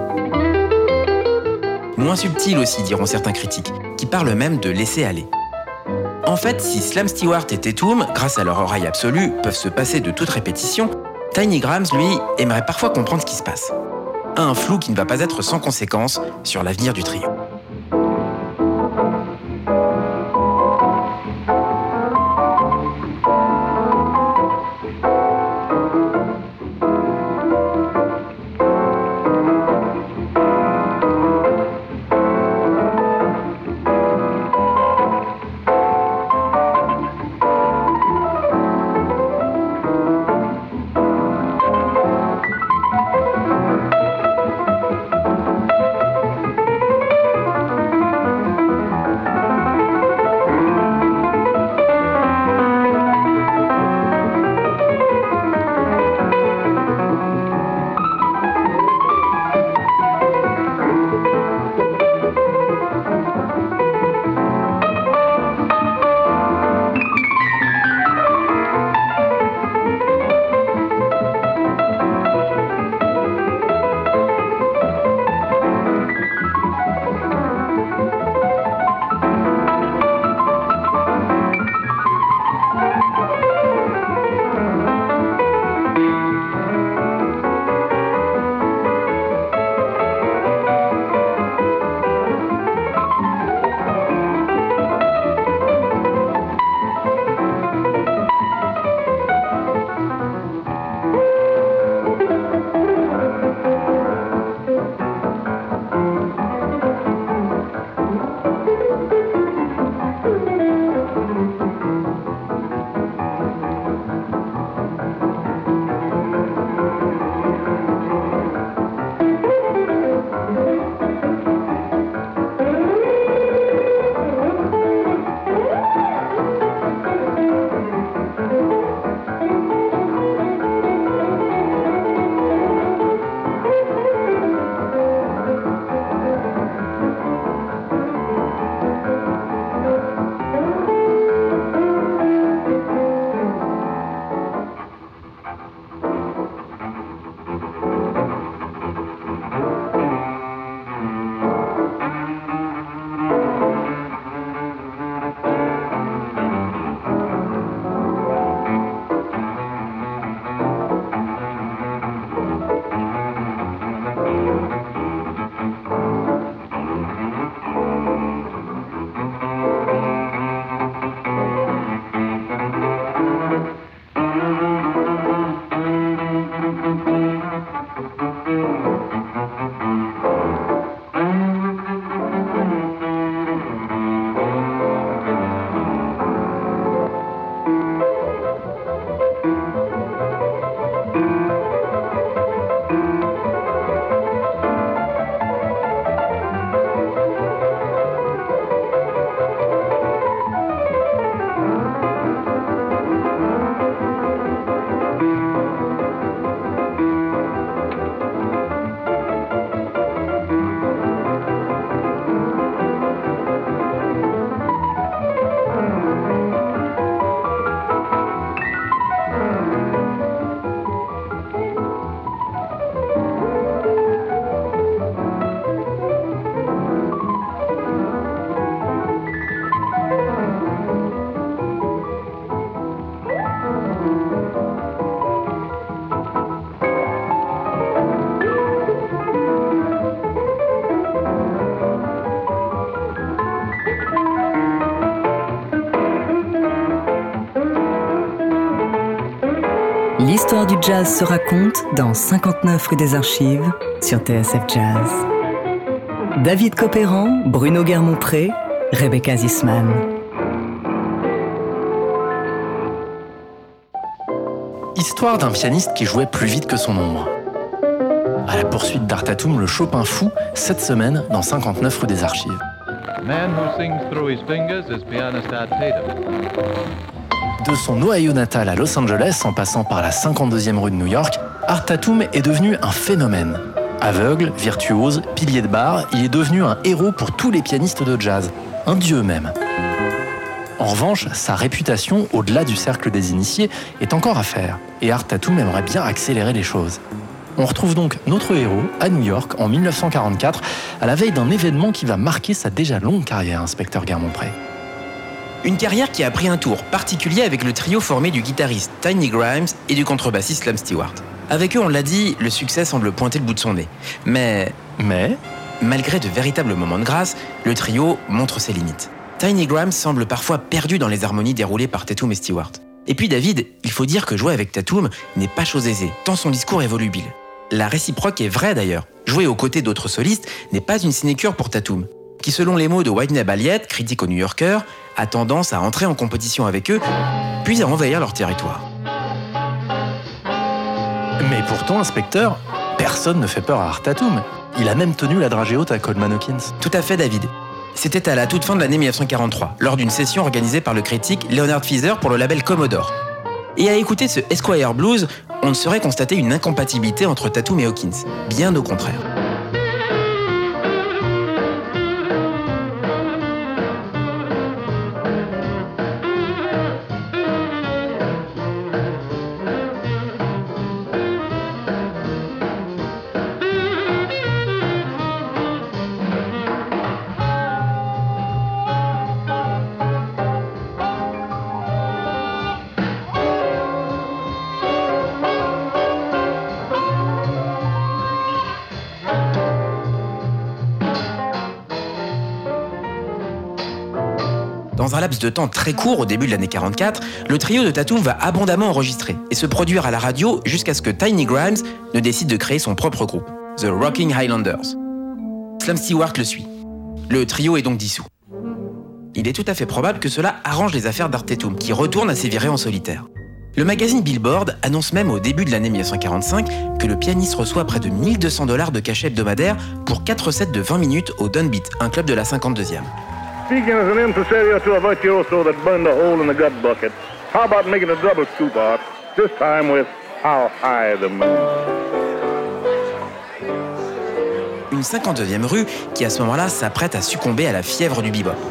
Moins subtile aussi, diront certains critiques, qui parlent même de laisser aller. En fait, si Slam Stewart et Tatum, grâce à leur oreille absolue, peuvent se passer de toute répétition, Tiny Grimes, lui, aimerait parfois comprendre ce qui se passe. Un flou qui ne va pas être sans conséquence sur l'avenir du trio. L'histoire du jazz se raconte dans cinquante-neuf rue des Archives sur T S F Jazz. David Copéran, Bruno Guermont-Pré, Rebecca Zisman. Histoire d'un pianiste qui jouait plus vite que son ombre. À la poursuite d'Art Tatum, le Chopin fou, cette semaine dans cinquante-neuf rue des Archives. Man who sings through his fingers is pianist Art Tatum. De son Ohio natal à Los Angeles, en passant par la cinquante-deuxième rue de New York, Art Tatum est devenu un phénomène. Aveugle, virtuose, pilier de bar, il est devenu un héros pour tous les pianistes de jazz, un dieu même. En revanche, sa réputation, au-delà du cercle des initiés, est encore à faire, et Art Tatum aimerait bien accélérer les choses. On retrouve donc notre héros à New York en mille neuf cent quarante-quatre, à la veille d'un événement qui va marquer sa déjà longue carrière, inspecteur Guermont-Pré. Une carrière qui a pris un tour particulier avec le trio formé du guitariste Tiny Grimes et du contrebassiste Slam Stewart. Avec eux, on l'a dit, le succès semble pointer le bout de son nez. Mais... Mais Malgré de véritables moments de grâce, le trio montre ses limites. Tiny Grimes semble parfois perdu dans les harmonies déroulées par Tatum et Stewart. Et puis David, il faut dire que jouer avec Tatum n'est pas chose aisée, tant son discours est volubile. La réciproque est vraie d'ailleurs. Jouer aux côtés d'autres solistes n'est pas une sinécure pour Tatum, qui selon les mots de Whitney Balliet, critique au New Yorker, a tendance à entrer en compétition avec eux, puis à envahir leur territoire. Mais pourtant, inspecteur, personne ne fait peur à Art Tatum. Il a même tenu la dragée haute à Coleman Hawkins. Tout à fait, David. C'était à la toute fin de l'année mille neuf cent quarante-trois, lors d'une session organisée par le critique Leonard Feather pour le label Commodore. Et à écouter ce Esquire Blues, on ne saurait constater une incompatibilité entre Tatum et Hawkins. Bien au contraire. Dans un laps de temps très court au début de l'année quarante-quatre, le trio de Tatum va abondamment enregistrer et se produire à la radio jusqu'à ce que Tiny Grimes ne décide de créer son propre groupe, The Rocking Highlanders. Slam Stewart le suit. Le trio est donc dissous. Il est tout à fait probable que cela arrange les affaires d'Art Tatum, qui retourne à ses virées en solitaire. Le magazine Billboard annonce même au début de l'année mille neuf cent quarante-cinq que le pianiste reçoit près de mille deux cents dollars de cachet hebdomadaire pour quatre sets de vingt minutes au Downbeat, un club de la cinquante-deuxième. Speaking as an impresario to a virtuoso that burned a hole in the gut bucket, how about making a double scoop out, this time with How High the Moon? Une cinquante-deuxième rue qui à ce moment-là s'apprête à succomber à la fièvre du bebop.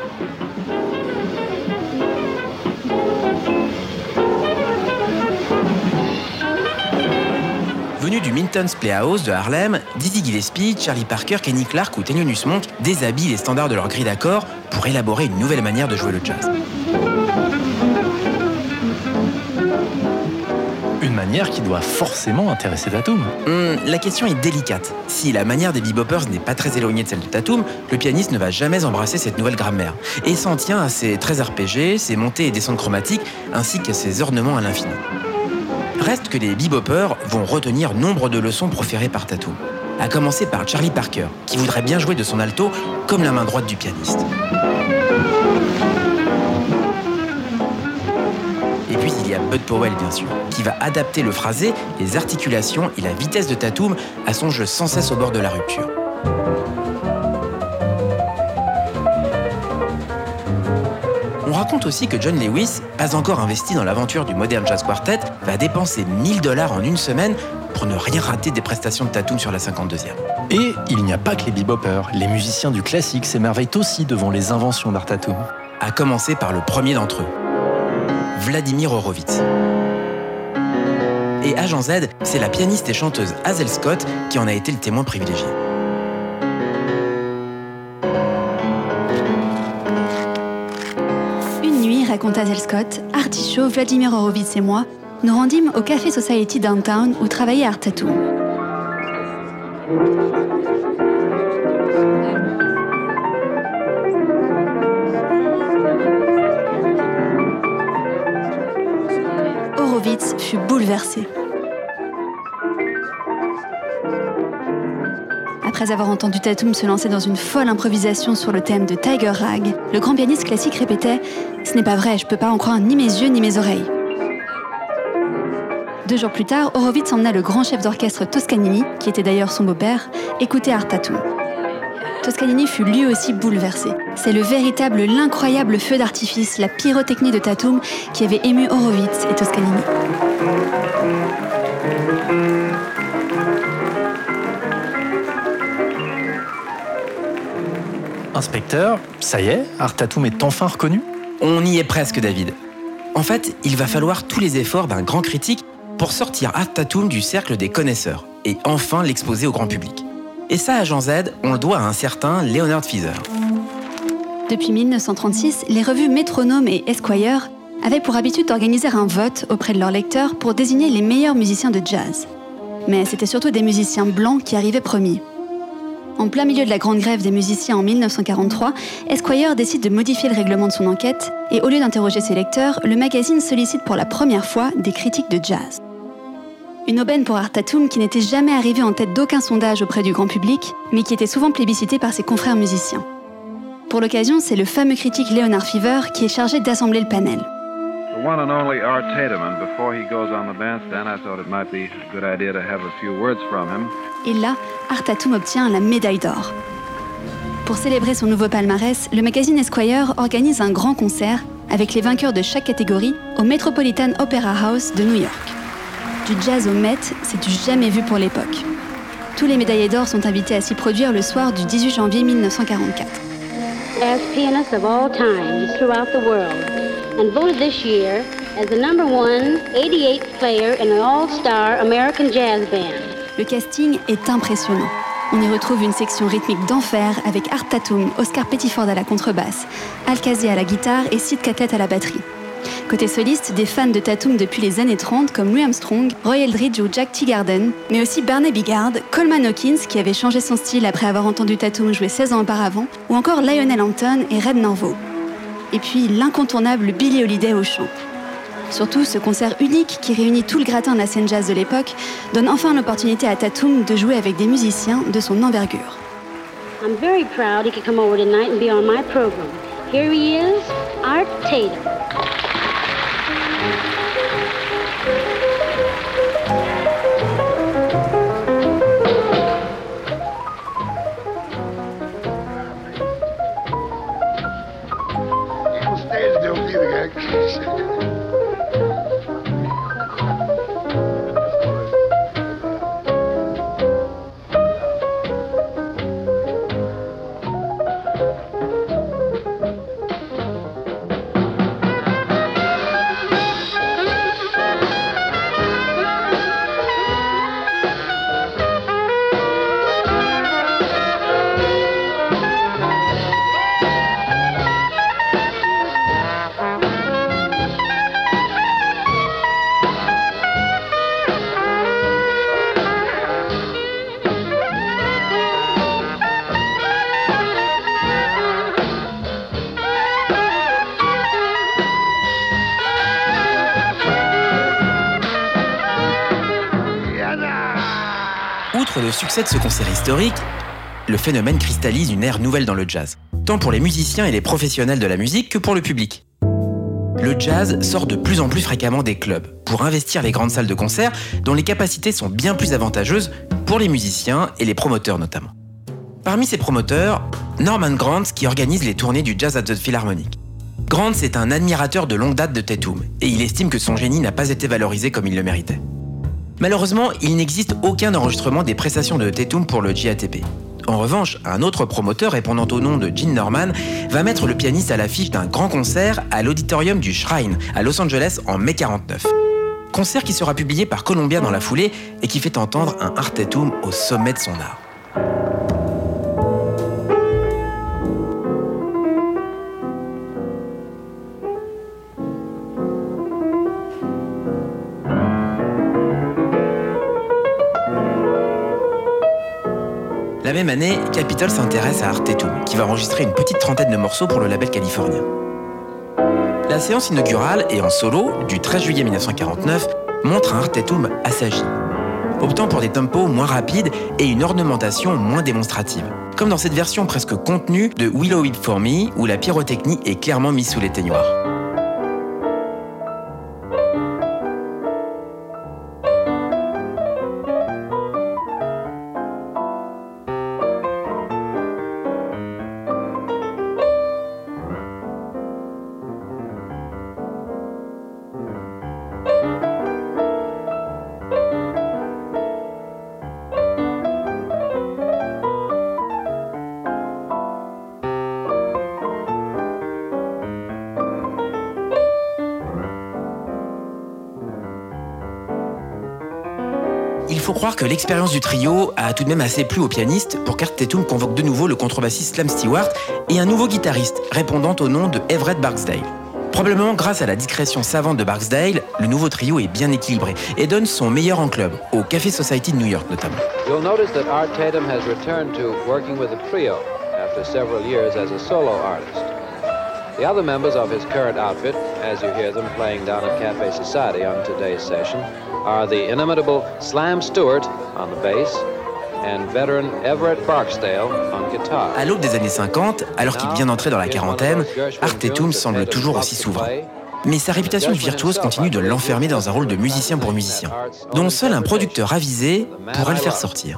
Venus du Minton's Playhouse de Harlem, Dizzy Gillespie, Charlie Parker, Kenny Clarke ou Thelonious Monk déshabillent les standards de leur grille d'accords pour élaborer une nouvelle manière de jouer le jazz. Une manière qui doit forcément intéresser Tatum. Hum, la question est délicate. Si la manière des beboppers n'est pas très éloignée de celle de Tatum, le pianiste ne va jamais embrasser cette nouvelle grammaire et s'en tient à ses traits arpégés, ses montées et descentes chromatiques, ainsi qu'à ses ornements à l'infini. Reste que les beboppers vont retenir nombre de leçons proférées par Tatum, à commencer par Charlie Parker, qui voudrait bien jouer de son alto comme la main droite du pianiste. Et puis il y a Bud Powell, bien sûr, qui va adapter le phrasé, les articulations et la vitesse de Tatum à son jeu sans cesse au bord de la rupture. On raconte aussi que John Lewis, pas encore investi dans l'aventure du Modern Jazz Quartet, va dépenser mille dollars en une semaine pour ne rien rater des prestations de Tatum sur la cinquante-deuxième. Et il n'y a pas que les beboppers, les musiciens du classique s'émerveillent aussi devant les inventions d'Art Tatum. À commencer par le premier d'entre eux, Vladimir Horowitz. Et Agent Z, c'est la pianiste et chanteuse Hazel Scott qui en a été le témoin privilégié. Raconte Hazel Scott, Artichaut, Vladimir Horowitz et moi nous rendîmes au Café Society Downtown où travaillait Art Tatum. Horowitz fut bouleversé. Après avoir entendu Tatum se lancer dans une folle improvisation sur le thème de Tiger Rag, le grand pianiste classique répétait « Ce n'est pas vrai, je peux pas en croire ni mes yeux ni mes oreilles ». Deux jours plus tard, Horowitz emmena le grand chef d'orchestre Toscanini, qui était d'ailleurs son beau-père, écouter Art Tatum. Toscanini fut lui aussi bouleversé. C'est le véritable, l'incroyable feu d'artifice, la pyrotechnie de Tatum qui avait ému Horowitz et Toscanini. Inspecteur, ça y est, Art Tatum est enfin reconnu ? On y est presque, David. En fait, il va falloir tous les efforts d'un grand critique pour sortir Art Tatum du cercle des connaisseurs et enfin l'exposer au grand public. Et ça, à Jean Z, on le doit à un certain Leonard Feather. Depuis mille neuf cent trente-six, les revues Métronome et Esquire avaient pour habitude d'organiser un vote auprès de leurs lecteurs pour désigner les meilleurs musiciens de jazz. Mais c'était surtout des musiciens blancs qui arrivaient premiers. En plein milieu de la grande grève des musiciens en mille neuf cent quarante-trois, Esquire décide de modifier le règlement de son enquête et au lieu d'interroger ses lecteurs, le magazine sollicite pour la première fois des critiques de jazz. Une aubaine pour Art Tatum qui n'était jamais arrivé en tête d'aucun sondage auprès du grand public, mais qui était souvent plébiscité par ses confrères musiciens. Pour l'occasion, c'est le fameux critique Leonard Feather qui est chargé d'assembler le panel. The one and only Art Tatum, and before he goes on the bandstand, I thought it might be a good idea to have a few words from him. Et là, Art Tatum obtient la médaille d'or. Pour célébrer son nouveau palmarès, le magazine Esquire organise un grand concert avec les vainqueurs de chaque catégorie au Metropolitan Opera House de New York. Du jazz au Met, c'est du jamais vu pour l'époque. Tous les médaillés d'or sont invités à s'y produire le soir du dix-huit janvier mille neuf cent quarante-quatre. As pianists of all times throughout the world, and voted this year as the number one eighty-eighth player in an all-star American jazz band. Le casting est impressionnant. On y retrouve une section rythmique d'enfer avec Art Tatum, Oscar Pettiford à la contrebasse, Al Kazi à la guitare et Sid Catlett à la batterie. Côté soliste, des fans de Tatum depuis les années trente comme Louis Armstrong, Roy Eldridge ou Jack Teagarden, mais aussi Barney Bigard, Coleman Hawkins qui avait changé son style après avoir entendu Tatum jouer seize ans auparavant, ou encore Lionel Hampton et Red Norvo. Et puis l'incontournable Billie Holiday au chant. Surtout, ce concert unique qui réunit tout le gratin de la scène jazz de l'époque donne enfin l'opportunité à Tatum de jouer avec des musiciens de son envergure. I'm very proud he could come over tonight and be on my program. Here he is, Art Tatum. Outre le succès de ce concert historique, le phénomène cristallise une ère nouvelle dans le jazz, tant pour les musiciens et les professionnels de la musique que pour le public. Le jazz sort de plus en plus fréquemment des clubs pour investir les grandes salles de concert dont les capacités sont bien plus avantageuses pour les musiciens et les promoteurs notamment. Parmi ces promoteurs, Norman Granz qui organise les tournées du Jazz at the Philharmonic. Granz est un admirateur de longue date de Tatum et il estime que son génie n'a pas été valorisé comme il le méritait. Malheureusement, il n'existe aucun enregistrement des prestations de Tatum pour le J A T P. En revanche, un autre promoteur répondant au nom de Gene Norman va mettre le pianiste à l'affiche d'un grand concert à l'auditorium du Shrine à Los Angeles en mai quarante-neuf. Concert qui sera publié par Columbia dans la foulée et qui fait entendre un Art Tatum au sommet de son art. La même année, Capitol s'intéresse à Art Tatum, qui va enregistrer une petite trentaine de morceaux pour le label californien. La séance inaugurale et en solo, du treize juillet mille neuf cent quarante-neuf, montre un Art Tatum assagi, optant pour des tempos moins rapides et une ornementation moins démonstrative, comme dans cette version presque contenue de Willow It For Me, où la pyrotechnie est clairement mise sous l'éteignoir. Il faut croire que l'expérience du trio a tout de même assez plu au pianiste pour qu'Art Tatum convoque de nouveau le contrebassiste Slam Stewart et un nouveau guitariste répondant au nom de Everett Barksdale. Probablement grâce à la discrétion savante de Barksdale, le nouveau trio est bien équilibré et donne son meilleur en club, au Café Society de New York notamment. You'll notice that Art Tatum has returned to working with a trio after several years as a solo artist. The other members of his current outfit, as you hear them playing down at Café Society on today's session, are the inimitable Slam Stewart on the bass and veteran Everett Barksdale on guitar. À l'aube des années cinquante, alors qu'il vient d'entrer dans la quarantaine, Art Tatum semble toujours aussi souverain. Mais sa réputation de virtuose continue de l'enfermer dans un rôle de musicien pour musicien, dont seul un producteur avisé pourrait le faire sortir.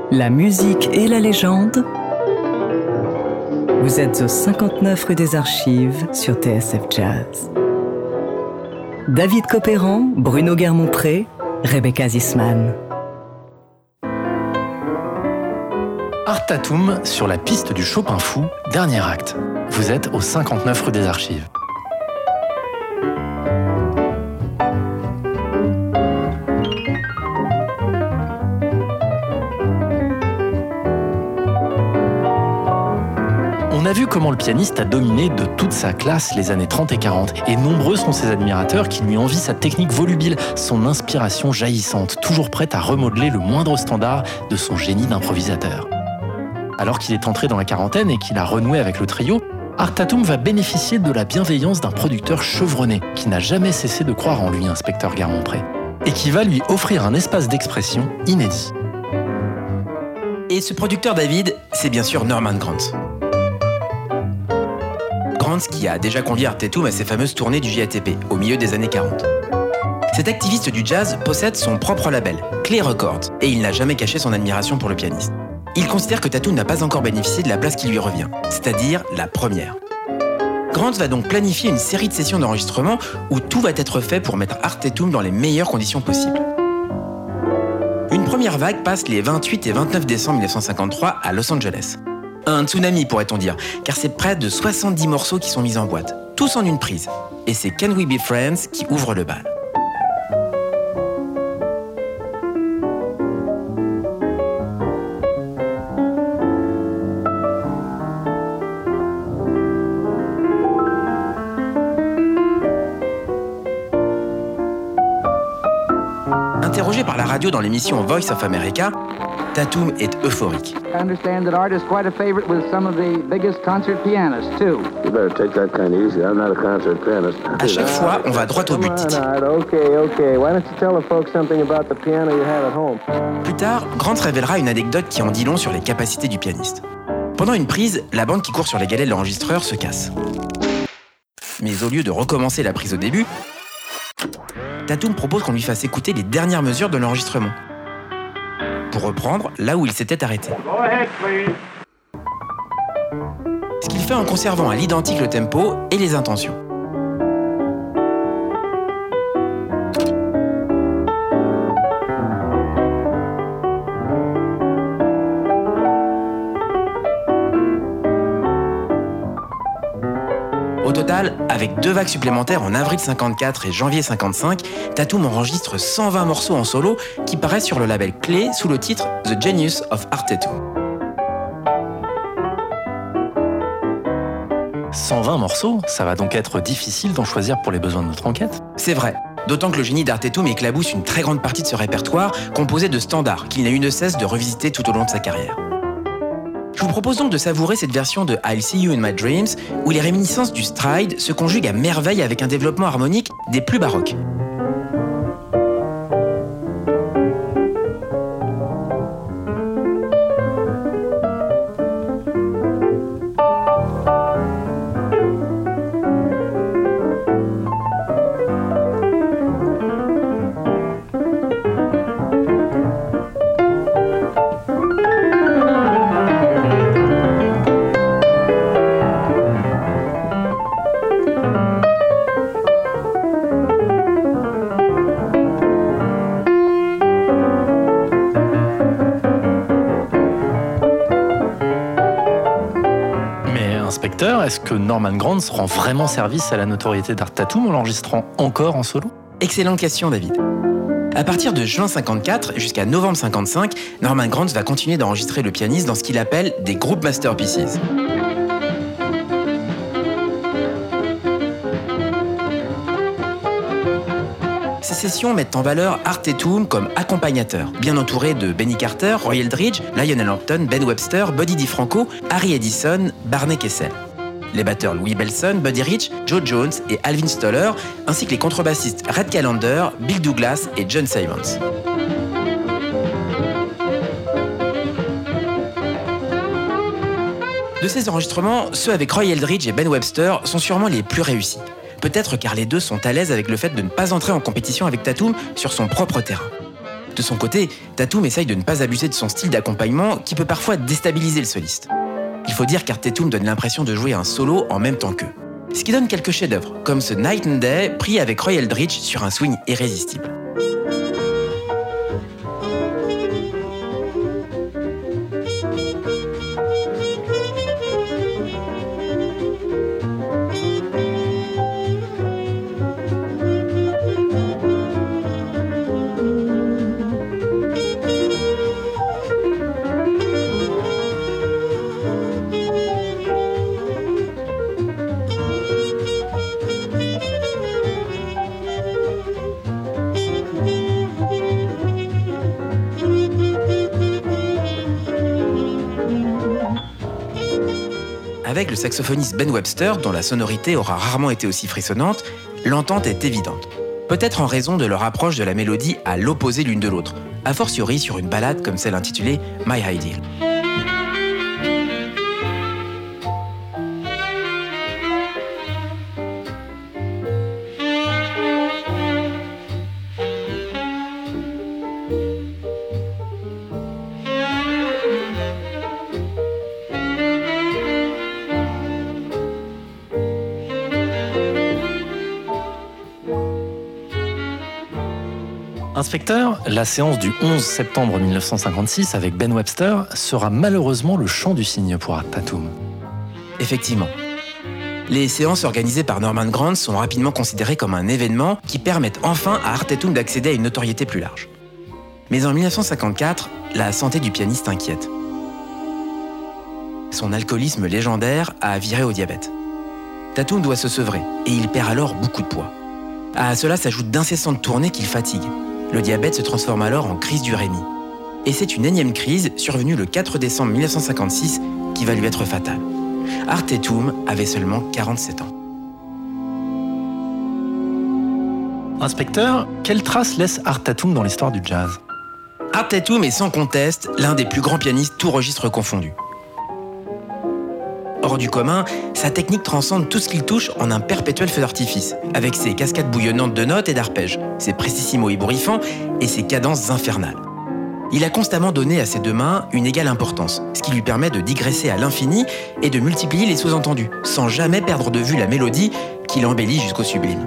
La musique et la légende. Vous êtes au cinquante-neuf rue des Archives sur T S F Jazz. David Copéran, Bruno Guermont-Pré, Rebecca Zisman. Art Tatum sur la piste du Chopin fou, dernier acte. Vous êtes au cinquante-neuf rue des Archives. On a vu comment le pianiste a dominé de toute sa classe les années trente et quarante, et nombreux sont ses admirateurs qui lui envient sa technique volubile, son inspiration jaillissante, toujours prête à remodeler le moindre standard de son génie d'improvisateur. Alors qu'il est entré dans la quarantaine et qu'il a renoué avec le trio, Art Tatum va bénéficier de la bienveillance d'un producteur chevronné qui n'a jamais cessé de croire en lui, inspecteur Guermont-Pré, et qui va lui offrir un espace d'expression inédit. Et ce producteur David, c'est bien sûr Norman Granz. Granz qui a déjà convié Art Tatum à ses fameuses tournées du J A T P au milieu des années quarante. Cet activiste du jazz possède son propre label, Clé Records, et il n'a jamais caché son admiration pour le pianiste. Il considère que Tatum n'a pas encore bénéficié de la place qui lui revient, c'est-à-dire la première. Granz va donc planifier une série de sessions d'enregistrement où tout va être fait pour mettre Art Tatum dans les meilleures conditions possibles. Une première vague passe les vingt-huit et vingt-neuf décembre mille neuf cent cinquante-trois à Los Angeles. Un tsunami pourrait-on dire, car c'est près de soixante-dix morceaux qui sont mis en boîte, tous en une prise. Et c'est Can We Be Friends qui ouvre le bal. Interrogé par la radio dans l'émission Voice of America, Tatum est euphorique. I understand that Art is quite a favorite with some of the biggest concert pianists, too. You better take that kind of easy. I'm not a concert pianist. À chaque fois, on va droit au but, dit-il. Okay, okay. Why don't you tell the folks something about the piano you have at home? Plus tard, Grant révélera une anecdote qui en dit long sur les capacités du pianiste. Pendant une prise, la bande qui court sur les galets de l'enregistreur se casse. Mais au lieu de recommencer la prise au début, Tatum propose qu'on lui fasse écouter les dernières mesures de l'enregistrement, pour reprendre là où il s'était arrêté. Ce qu'il fait en conservant à l'identique le tempo et les intentions. Au total, avec deux vagues supplémentaires en avril cinquante-quatre et janvier cinquante-cinq, Tatum enregistre cent vingt morceaux en solo qui paraissent sur le label Clé sous le titre The Genius of Art Tatum. cent vingt morceaux, ça va donc être difficile d'en choisir pour les besoins de notre enquête. C'est vrai, d'autant que le génie d'Art Tatum éclabousse une très grande partie de ce répertoire composé de standards qu'il n'a eu de cesse de revisiter tout au long de sa carrière. Je vous propose donc de savourer cette version de I'll See You in My Dreams où les réminiscences du stride se conjuguent à merveille avec un développement harmonique des plus baroques. Inspecteur, est-ce que Norman Granz rend vraiment service à la notoriété d'Art Tatum en l'enregistrant encore en solo ? Excellente question, David. À partir de juin cinquante-quatre jusqu'à novembre cinquante-cinq, Norman Granz va continuer d'enregistrer le pianiste dans ce qu'il appelle des group masterpieces. Ces sessions mettent en valeur Art Tatum comme accompagnateur, bien entouré de Benny Carter, Roy Eldridge, Lionel Hampton, Ben Webster, Buddy DiFranco, Harry Edison, Barney Kessel. Les batteurs Louis Bellson, Buddy Rich, Joe Jones et Alvin Stoller, ainsi que les contrebassistes Red Callender, Bill Douglas et John Simons. De ces enregistrements, ceux avec Roy Eldridge et Ben Webster sont sûrement les plus réussis. Peut-être car les deux sont à l'aise avec le fait de ne pas entrer en compétition avec Tatum sur son propre terrain. De son côté, Tatum essaye de ne pas abuser de son style d'accompagnement qui peut parfois déstabiliser le soliste. Il faut dire qu'Art Tatum donne l'impression de jouer un solo en même temps qu'eux. Ce qui donne quelques chefs-d'œuvre, comme ce Night and Day pris avec Roy Eldridge sur un swing irrésistible. Avec le saxophoniste Ben Webster, dont la sonorité aura rarement été aussi frissonnante, l'entente est évidente. Peut-être en raison de leur approche de la mélodie à l'opposé l'une de l'autre, a fortiori sur une ballade comme celle intitulée My Ideal. Inspecteur, la séance du onze septembre mille neuf cent cinquante-six avec Ben Webster sera malheureusement le chant du cygne pour Art Tatum. Effectivement. Les séances organisées par Norman Granz sont rapidement considérées comme un événement qui permettent enfin à Art Tatum d'accéder à une notoriété plus large. Mais en mille neuf cent cinquante-quatre, la santé du pianiste inquiète. Son alcoolisme légendaire a viré au diabète. Tatum doit se sevrer et il perd alors beaucoup de poids. À cela s'ajoutent d'incessantes tournées qu'il fatigue. Le diabète se transforme alors en crise d'urémie. Et c'est une énième crise survenue le quatre décembre mille neuf cent cinquante-six qui va lui être fatale. Art Tatum avait seulement quarante-sept ans. Inspecteur, quelle trace laisse Art Tatum dans l'histoire du jazz ? Art Tatum est sans conteste l'un des plus grands pianistes tous registres confondus. Hors du commun, sa technique transcende tout ce qu'il touche en un perpétuel feu d'artifice, avec ses cascades bouillonnantes de notes et d'arpèges, ses précissimo ébouriffants et ses cadences infernales. Il a constamment donné à ses deux mains une égale importance, ce qui lui permet de digresser à l'infini et de multiplier les sous-entendus, sans jamais perdre de vue la mélodie qui l'embellit jusqu'au sublime.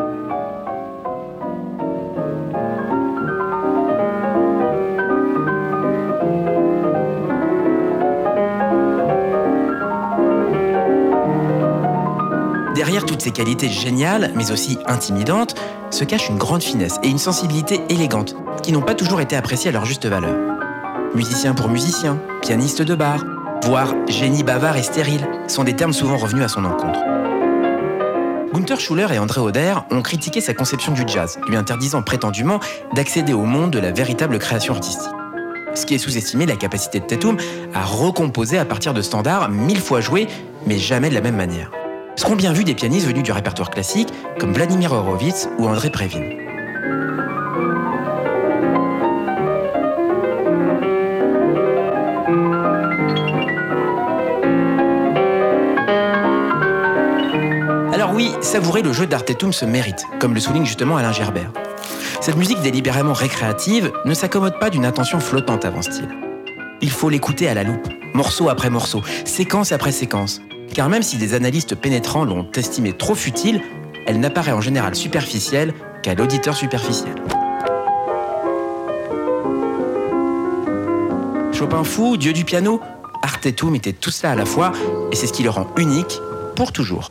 Derrière toutes ces qualités géniales, mais aussi intimidantes, se cache une grande finesse et une sensibilité élégante, qui n'ont pas toujours été appréciées à leur juste valeur. Musicien pour musicien, pianiste de bar, voire génie bavard et stérile, sont des termes souvent revenus à son encontre. Gunther Schuller et André Oder ont critiqué sa conception du jazz, lui interdisant prétendument d'accéder au monde de la véritable création artistique. Ce qui est sous-estimé la capacité de Tatum à recomposer à partir de standards mille fois joués, mais jamais de la même manière. Seront bien vus des pianistes venus du répertoire classique, comme Vladimir Horowitz ou André Previn. Alors oui, savourer le jeu d'Art Tatum se mérite, comme le souligne justement Alain Gerbert. Cette musique délibérément récréative ne s'accommode pas d'une attention flottante avant-style. Il faut l'écouter à la loupe, morceau après morceau, séquence après séquence. Car même si des analystes pénétrants l'ont estimée trop futile, elle n'apparaît en général superficielle qu'à l'auditeur superficiel. Chopin fou, dieu du piano, Art Tatum était tout cela à la fois, et c'est ce qui le rend unique pour toujours.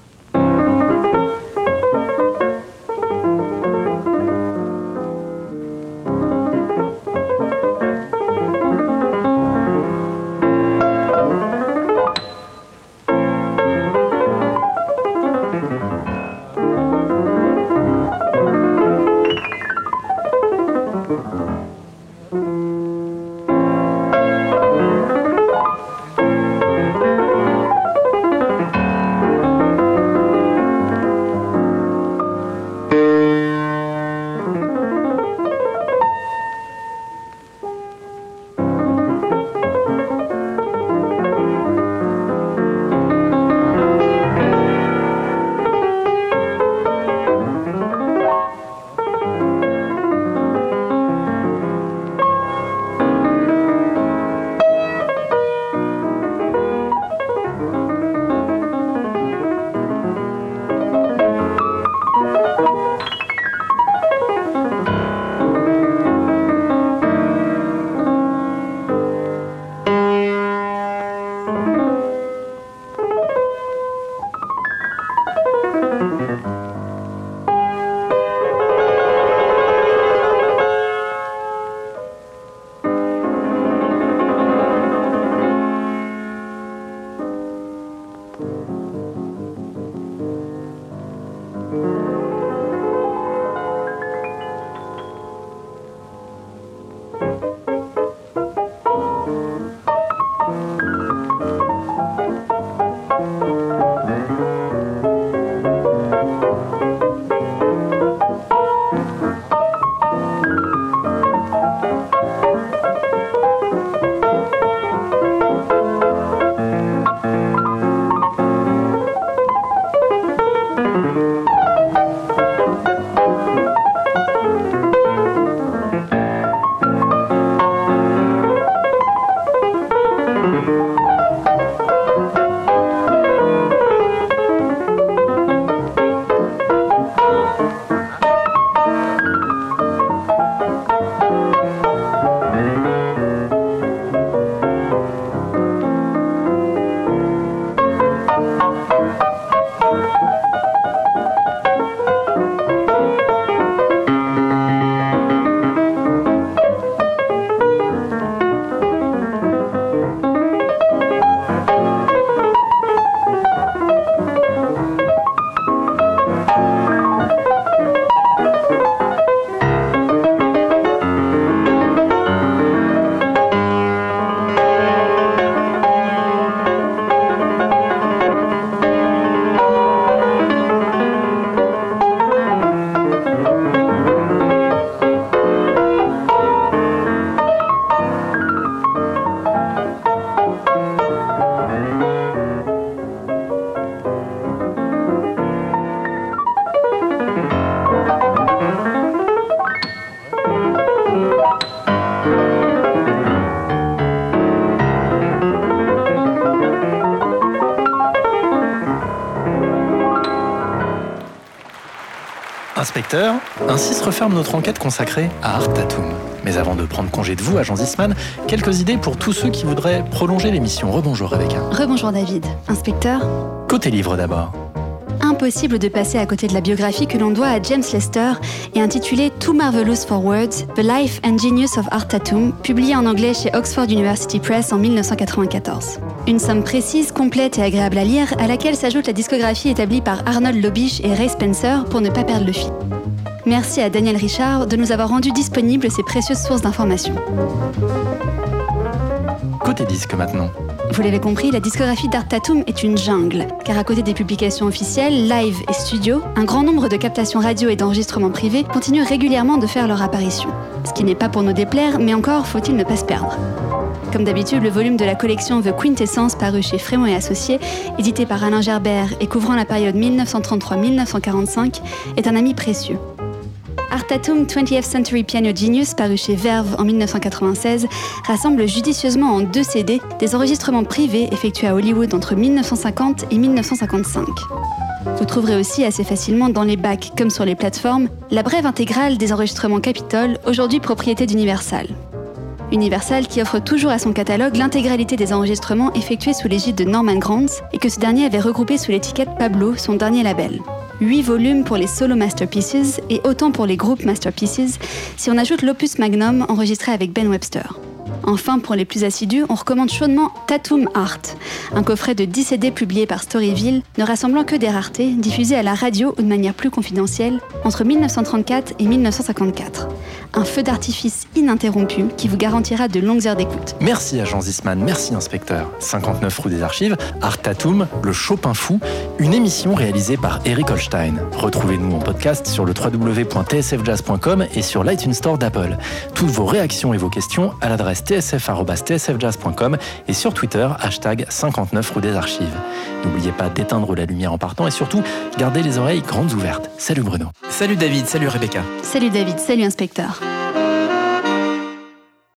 Inspecteur, ainsi se referme notre enquête consacrée à Art Tatum. Mais avant de prendre congé de vous, agent Zisman, quelques idées pour tous ceux qui voudraient prolonger l'émission. Rebonjour Rebecca. Rebonjour David. Inspecteur. Côté livre d'abord. Impossible de passer à côté de la biographie que l'on doit à James Lester et intitulée Too Marvelous for Words, The Life and Genius of Art Tatum, publiée en anglais chez Oxford University Press en dix-neuf cent quatre-vingt-quatorze. Une somme précise, complète et agréable à lire, à laquelle s'ajoute la discographie établie par Arnold Lobich et Ray Spencer pour ne pas perdre le fil. Merci à Daniel Richard de nous avoir rendu disponibles ces précieuses sources d'informations. Côté disque maintenant. Vous l'avez compris, la discographie d'Art Tatum est une jungle, car à côté des publications officielles, live et studio, un grand nombre de captations radio et d'enregistrements privés continuent régulièrement de faire leur apparition. Ce qui n'est pas pour nous déplaire, mais encore faut-il ne pas se perdre. Comme d'habitude, le volume de la collection The Quintessence paru chez Frémont et Associés, édité par Alain Gerbert et couvrant la période dix-neuf cent trente-trois à dix-neuf cent quarante-cinq, est un ami précieux. Art Tatum twentieth Century Piano Genius, paru chez Verve en dix-neuf cent quatre-vingt-seize, rassemble judicieusement en deux C D des enregistrements privés effectués à Hollywood entre dix-neuf cent cinquante et dix-neuf cent cinquante-cinq. Vous trouverez aussi assez facilement dans les bacs comme sur les plateformes la brève intégrale des enregistrements Capitol, aujourd'hui propriété d'Universal. Universal qui offre toujours à son catalogue l'intégralité des enregistrements effectués sous l'égide de Norman Granz et que ce dernier avait regroupé sous l'étiquette Pablo, son dernier label. Huit volumes pour les solo masterpieces et autant pour les groupes masterpieces si on ajoute l'opus magnum enregistré avec Ben Webster. Enfin, pour les plus assidus, on recommande chaudement Tatum Art, un coffret de dix C D publié par Storyville, ne rassemblant que des raretés, diffusées à la radio ou de manière plus confidentielle, entre dix-neuf cent trente-quatre et dix-neuf cent cinquante-quatre. Un feu d'artifice ininterrompu qui vous garantira de longues heures d'écoute. Merci agent Zisman, merci inspecteur. cinquante-neuf rue des Archives, Art Tatum, le Chopin fou, une émission réalisée par Eric Holstein. Retrouvez-nous en podcast sur le w w w point t s f jazz point com et sur l'iTunes Store d'Apple. Toutes vos réactions et vos questions à l'adresse t s f arobase t s f jazz point com et sur Twitter, hashtag cinquante-neuf rue des Archives. N'oubliez pas d'éteindre la lumière en partant et surtout, gardez les oreilles grandes ouvertes. Salut Bruno. Salut David, salut Rebecca. Salut David, salut inspecteur.